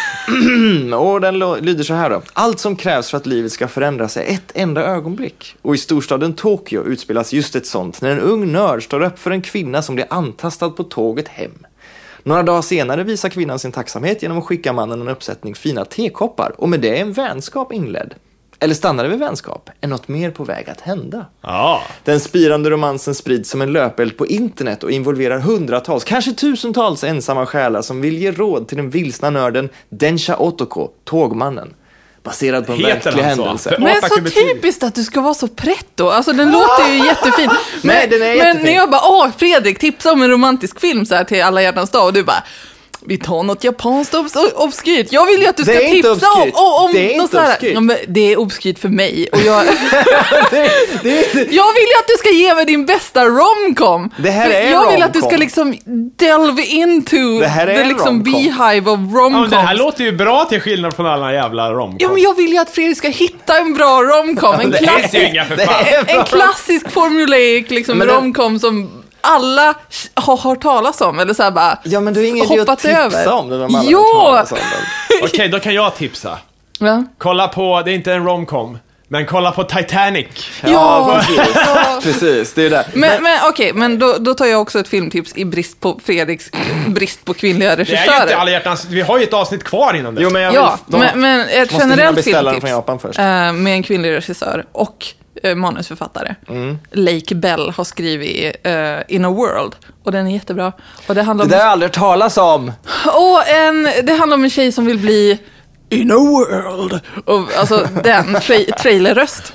Och den lo- lyder så här då. Allt som krävs för att livet ska förändras är ett enda ögonblick. Och i storstaden Tokyo utspelas just ett sånt när en ung nörd står upp för en kvinna som blir antastad på tåget hem. Några dagar senare visar kvinnan sin tacksamhet genom att skicka mannen en uppsättning fina tekoppar. Och med det är en vänskap inledd. Eller stannar det vid vänskap? Är något mer på väg att hända? Ja. Den spirande romansen sprids som en löpeld på internet och involverar hundratals, kanske tusentals ensamma själar som vill ge råd till den vilsna nörden Densha Otoko, tågmannen. Baserad på en Heter verklig han så? händelse. För- Men Åtta så kubetur. typiskt att du ska vara så pretto. Alltså den låter ju jättefin. Men, Nej, den är men jättefin. när jag bara, åh Fredrik, tipsa om en romantisk film så här till alla hjärtans dag. Och du bara, vi tar något japanskt obs- obskyrt. Jag vill ju att du ska Det är inte tipsa om, obskyrt. om, om Det är något inte så här. obskyrt. Ja, men det är obskyrt för mig. Och jag, det, det, är- jag vill ju att du ska ge mig din bästa romcom. Det här För är jag vill att du ska romcom. liksom delve into Det här är the en liksom romcom. beehive of Ja, men romcoms. det här låter ju bra till skillnad från alla jävla romcoms. Ja, men jag vill ju att Fredrik ska hitta en bra romcom. En Det klassisk, är ju inga för det fan. är bra. en klassisk formulaic liksom, Men den- romcom som alla har hört talas om. Eller så här bara Ja, men du är ingen idé att hoppat tipsa över. om det. De alla Jo! har talas om den. Okej, då kan jag tipsa. Ja. Kolla på, det är inte en romcom, men kolla på Titanic. Ja, precis. ja. Precis, det är det. Men, men okej, men då, då tar jag också ett filmtips i brist på Fredriks brist på kvinnliga Det är ju regissörer. inte alla hjärtans, vi har ju ett avsnitt kvar innan det. Jo, men jag vill, Ja, de men, men ett måste hinna generellt beställa den filmtips från Japan först. eh, med en kvinnlig regissör och eh, manusförfattare. Mm. Lake Bell har skrivit eh, In a World och den är jättebra. Och det handlar Det om, där har jag aldrig hört talas om. och en, det handlar om en tjej som vill bli In a World. Och, alltså den, tra- trailerröst.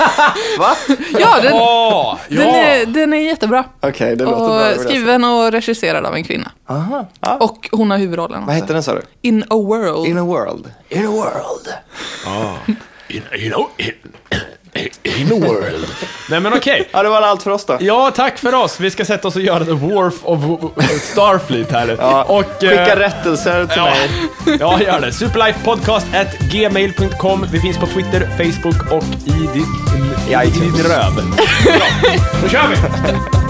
Va? Ja, den, Åh, ja. den, är, den är jättebra. Okej, det låter bra. det vill Och jag skriven och regisserad av en kvinna. säga. Aha. Ja. Och hon har huvudrollen också. Vad heter den, sa du? In a World. In a world. In a world. In, you know, in, in a world. Nej men okej. Ja, det var allt för oss då. Ja, tack för oss. Vi ska sätta oss och göra The Wharf of Starfleet här. Ja, och, skicka eh, rättelser till ja, mig. ja, gör det. Superlifepodcast at gmail punkt com. Vi finns på Twitter, Facebook och i din, i, i din röv. Bra, då kör vi!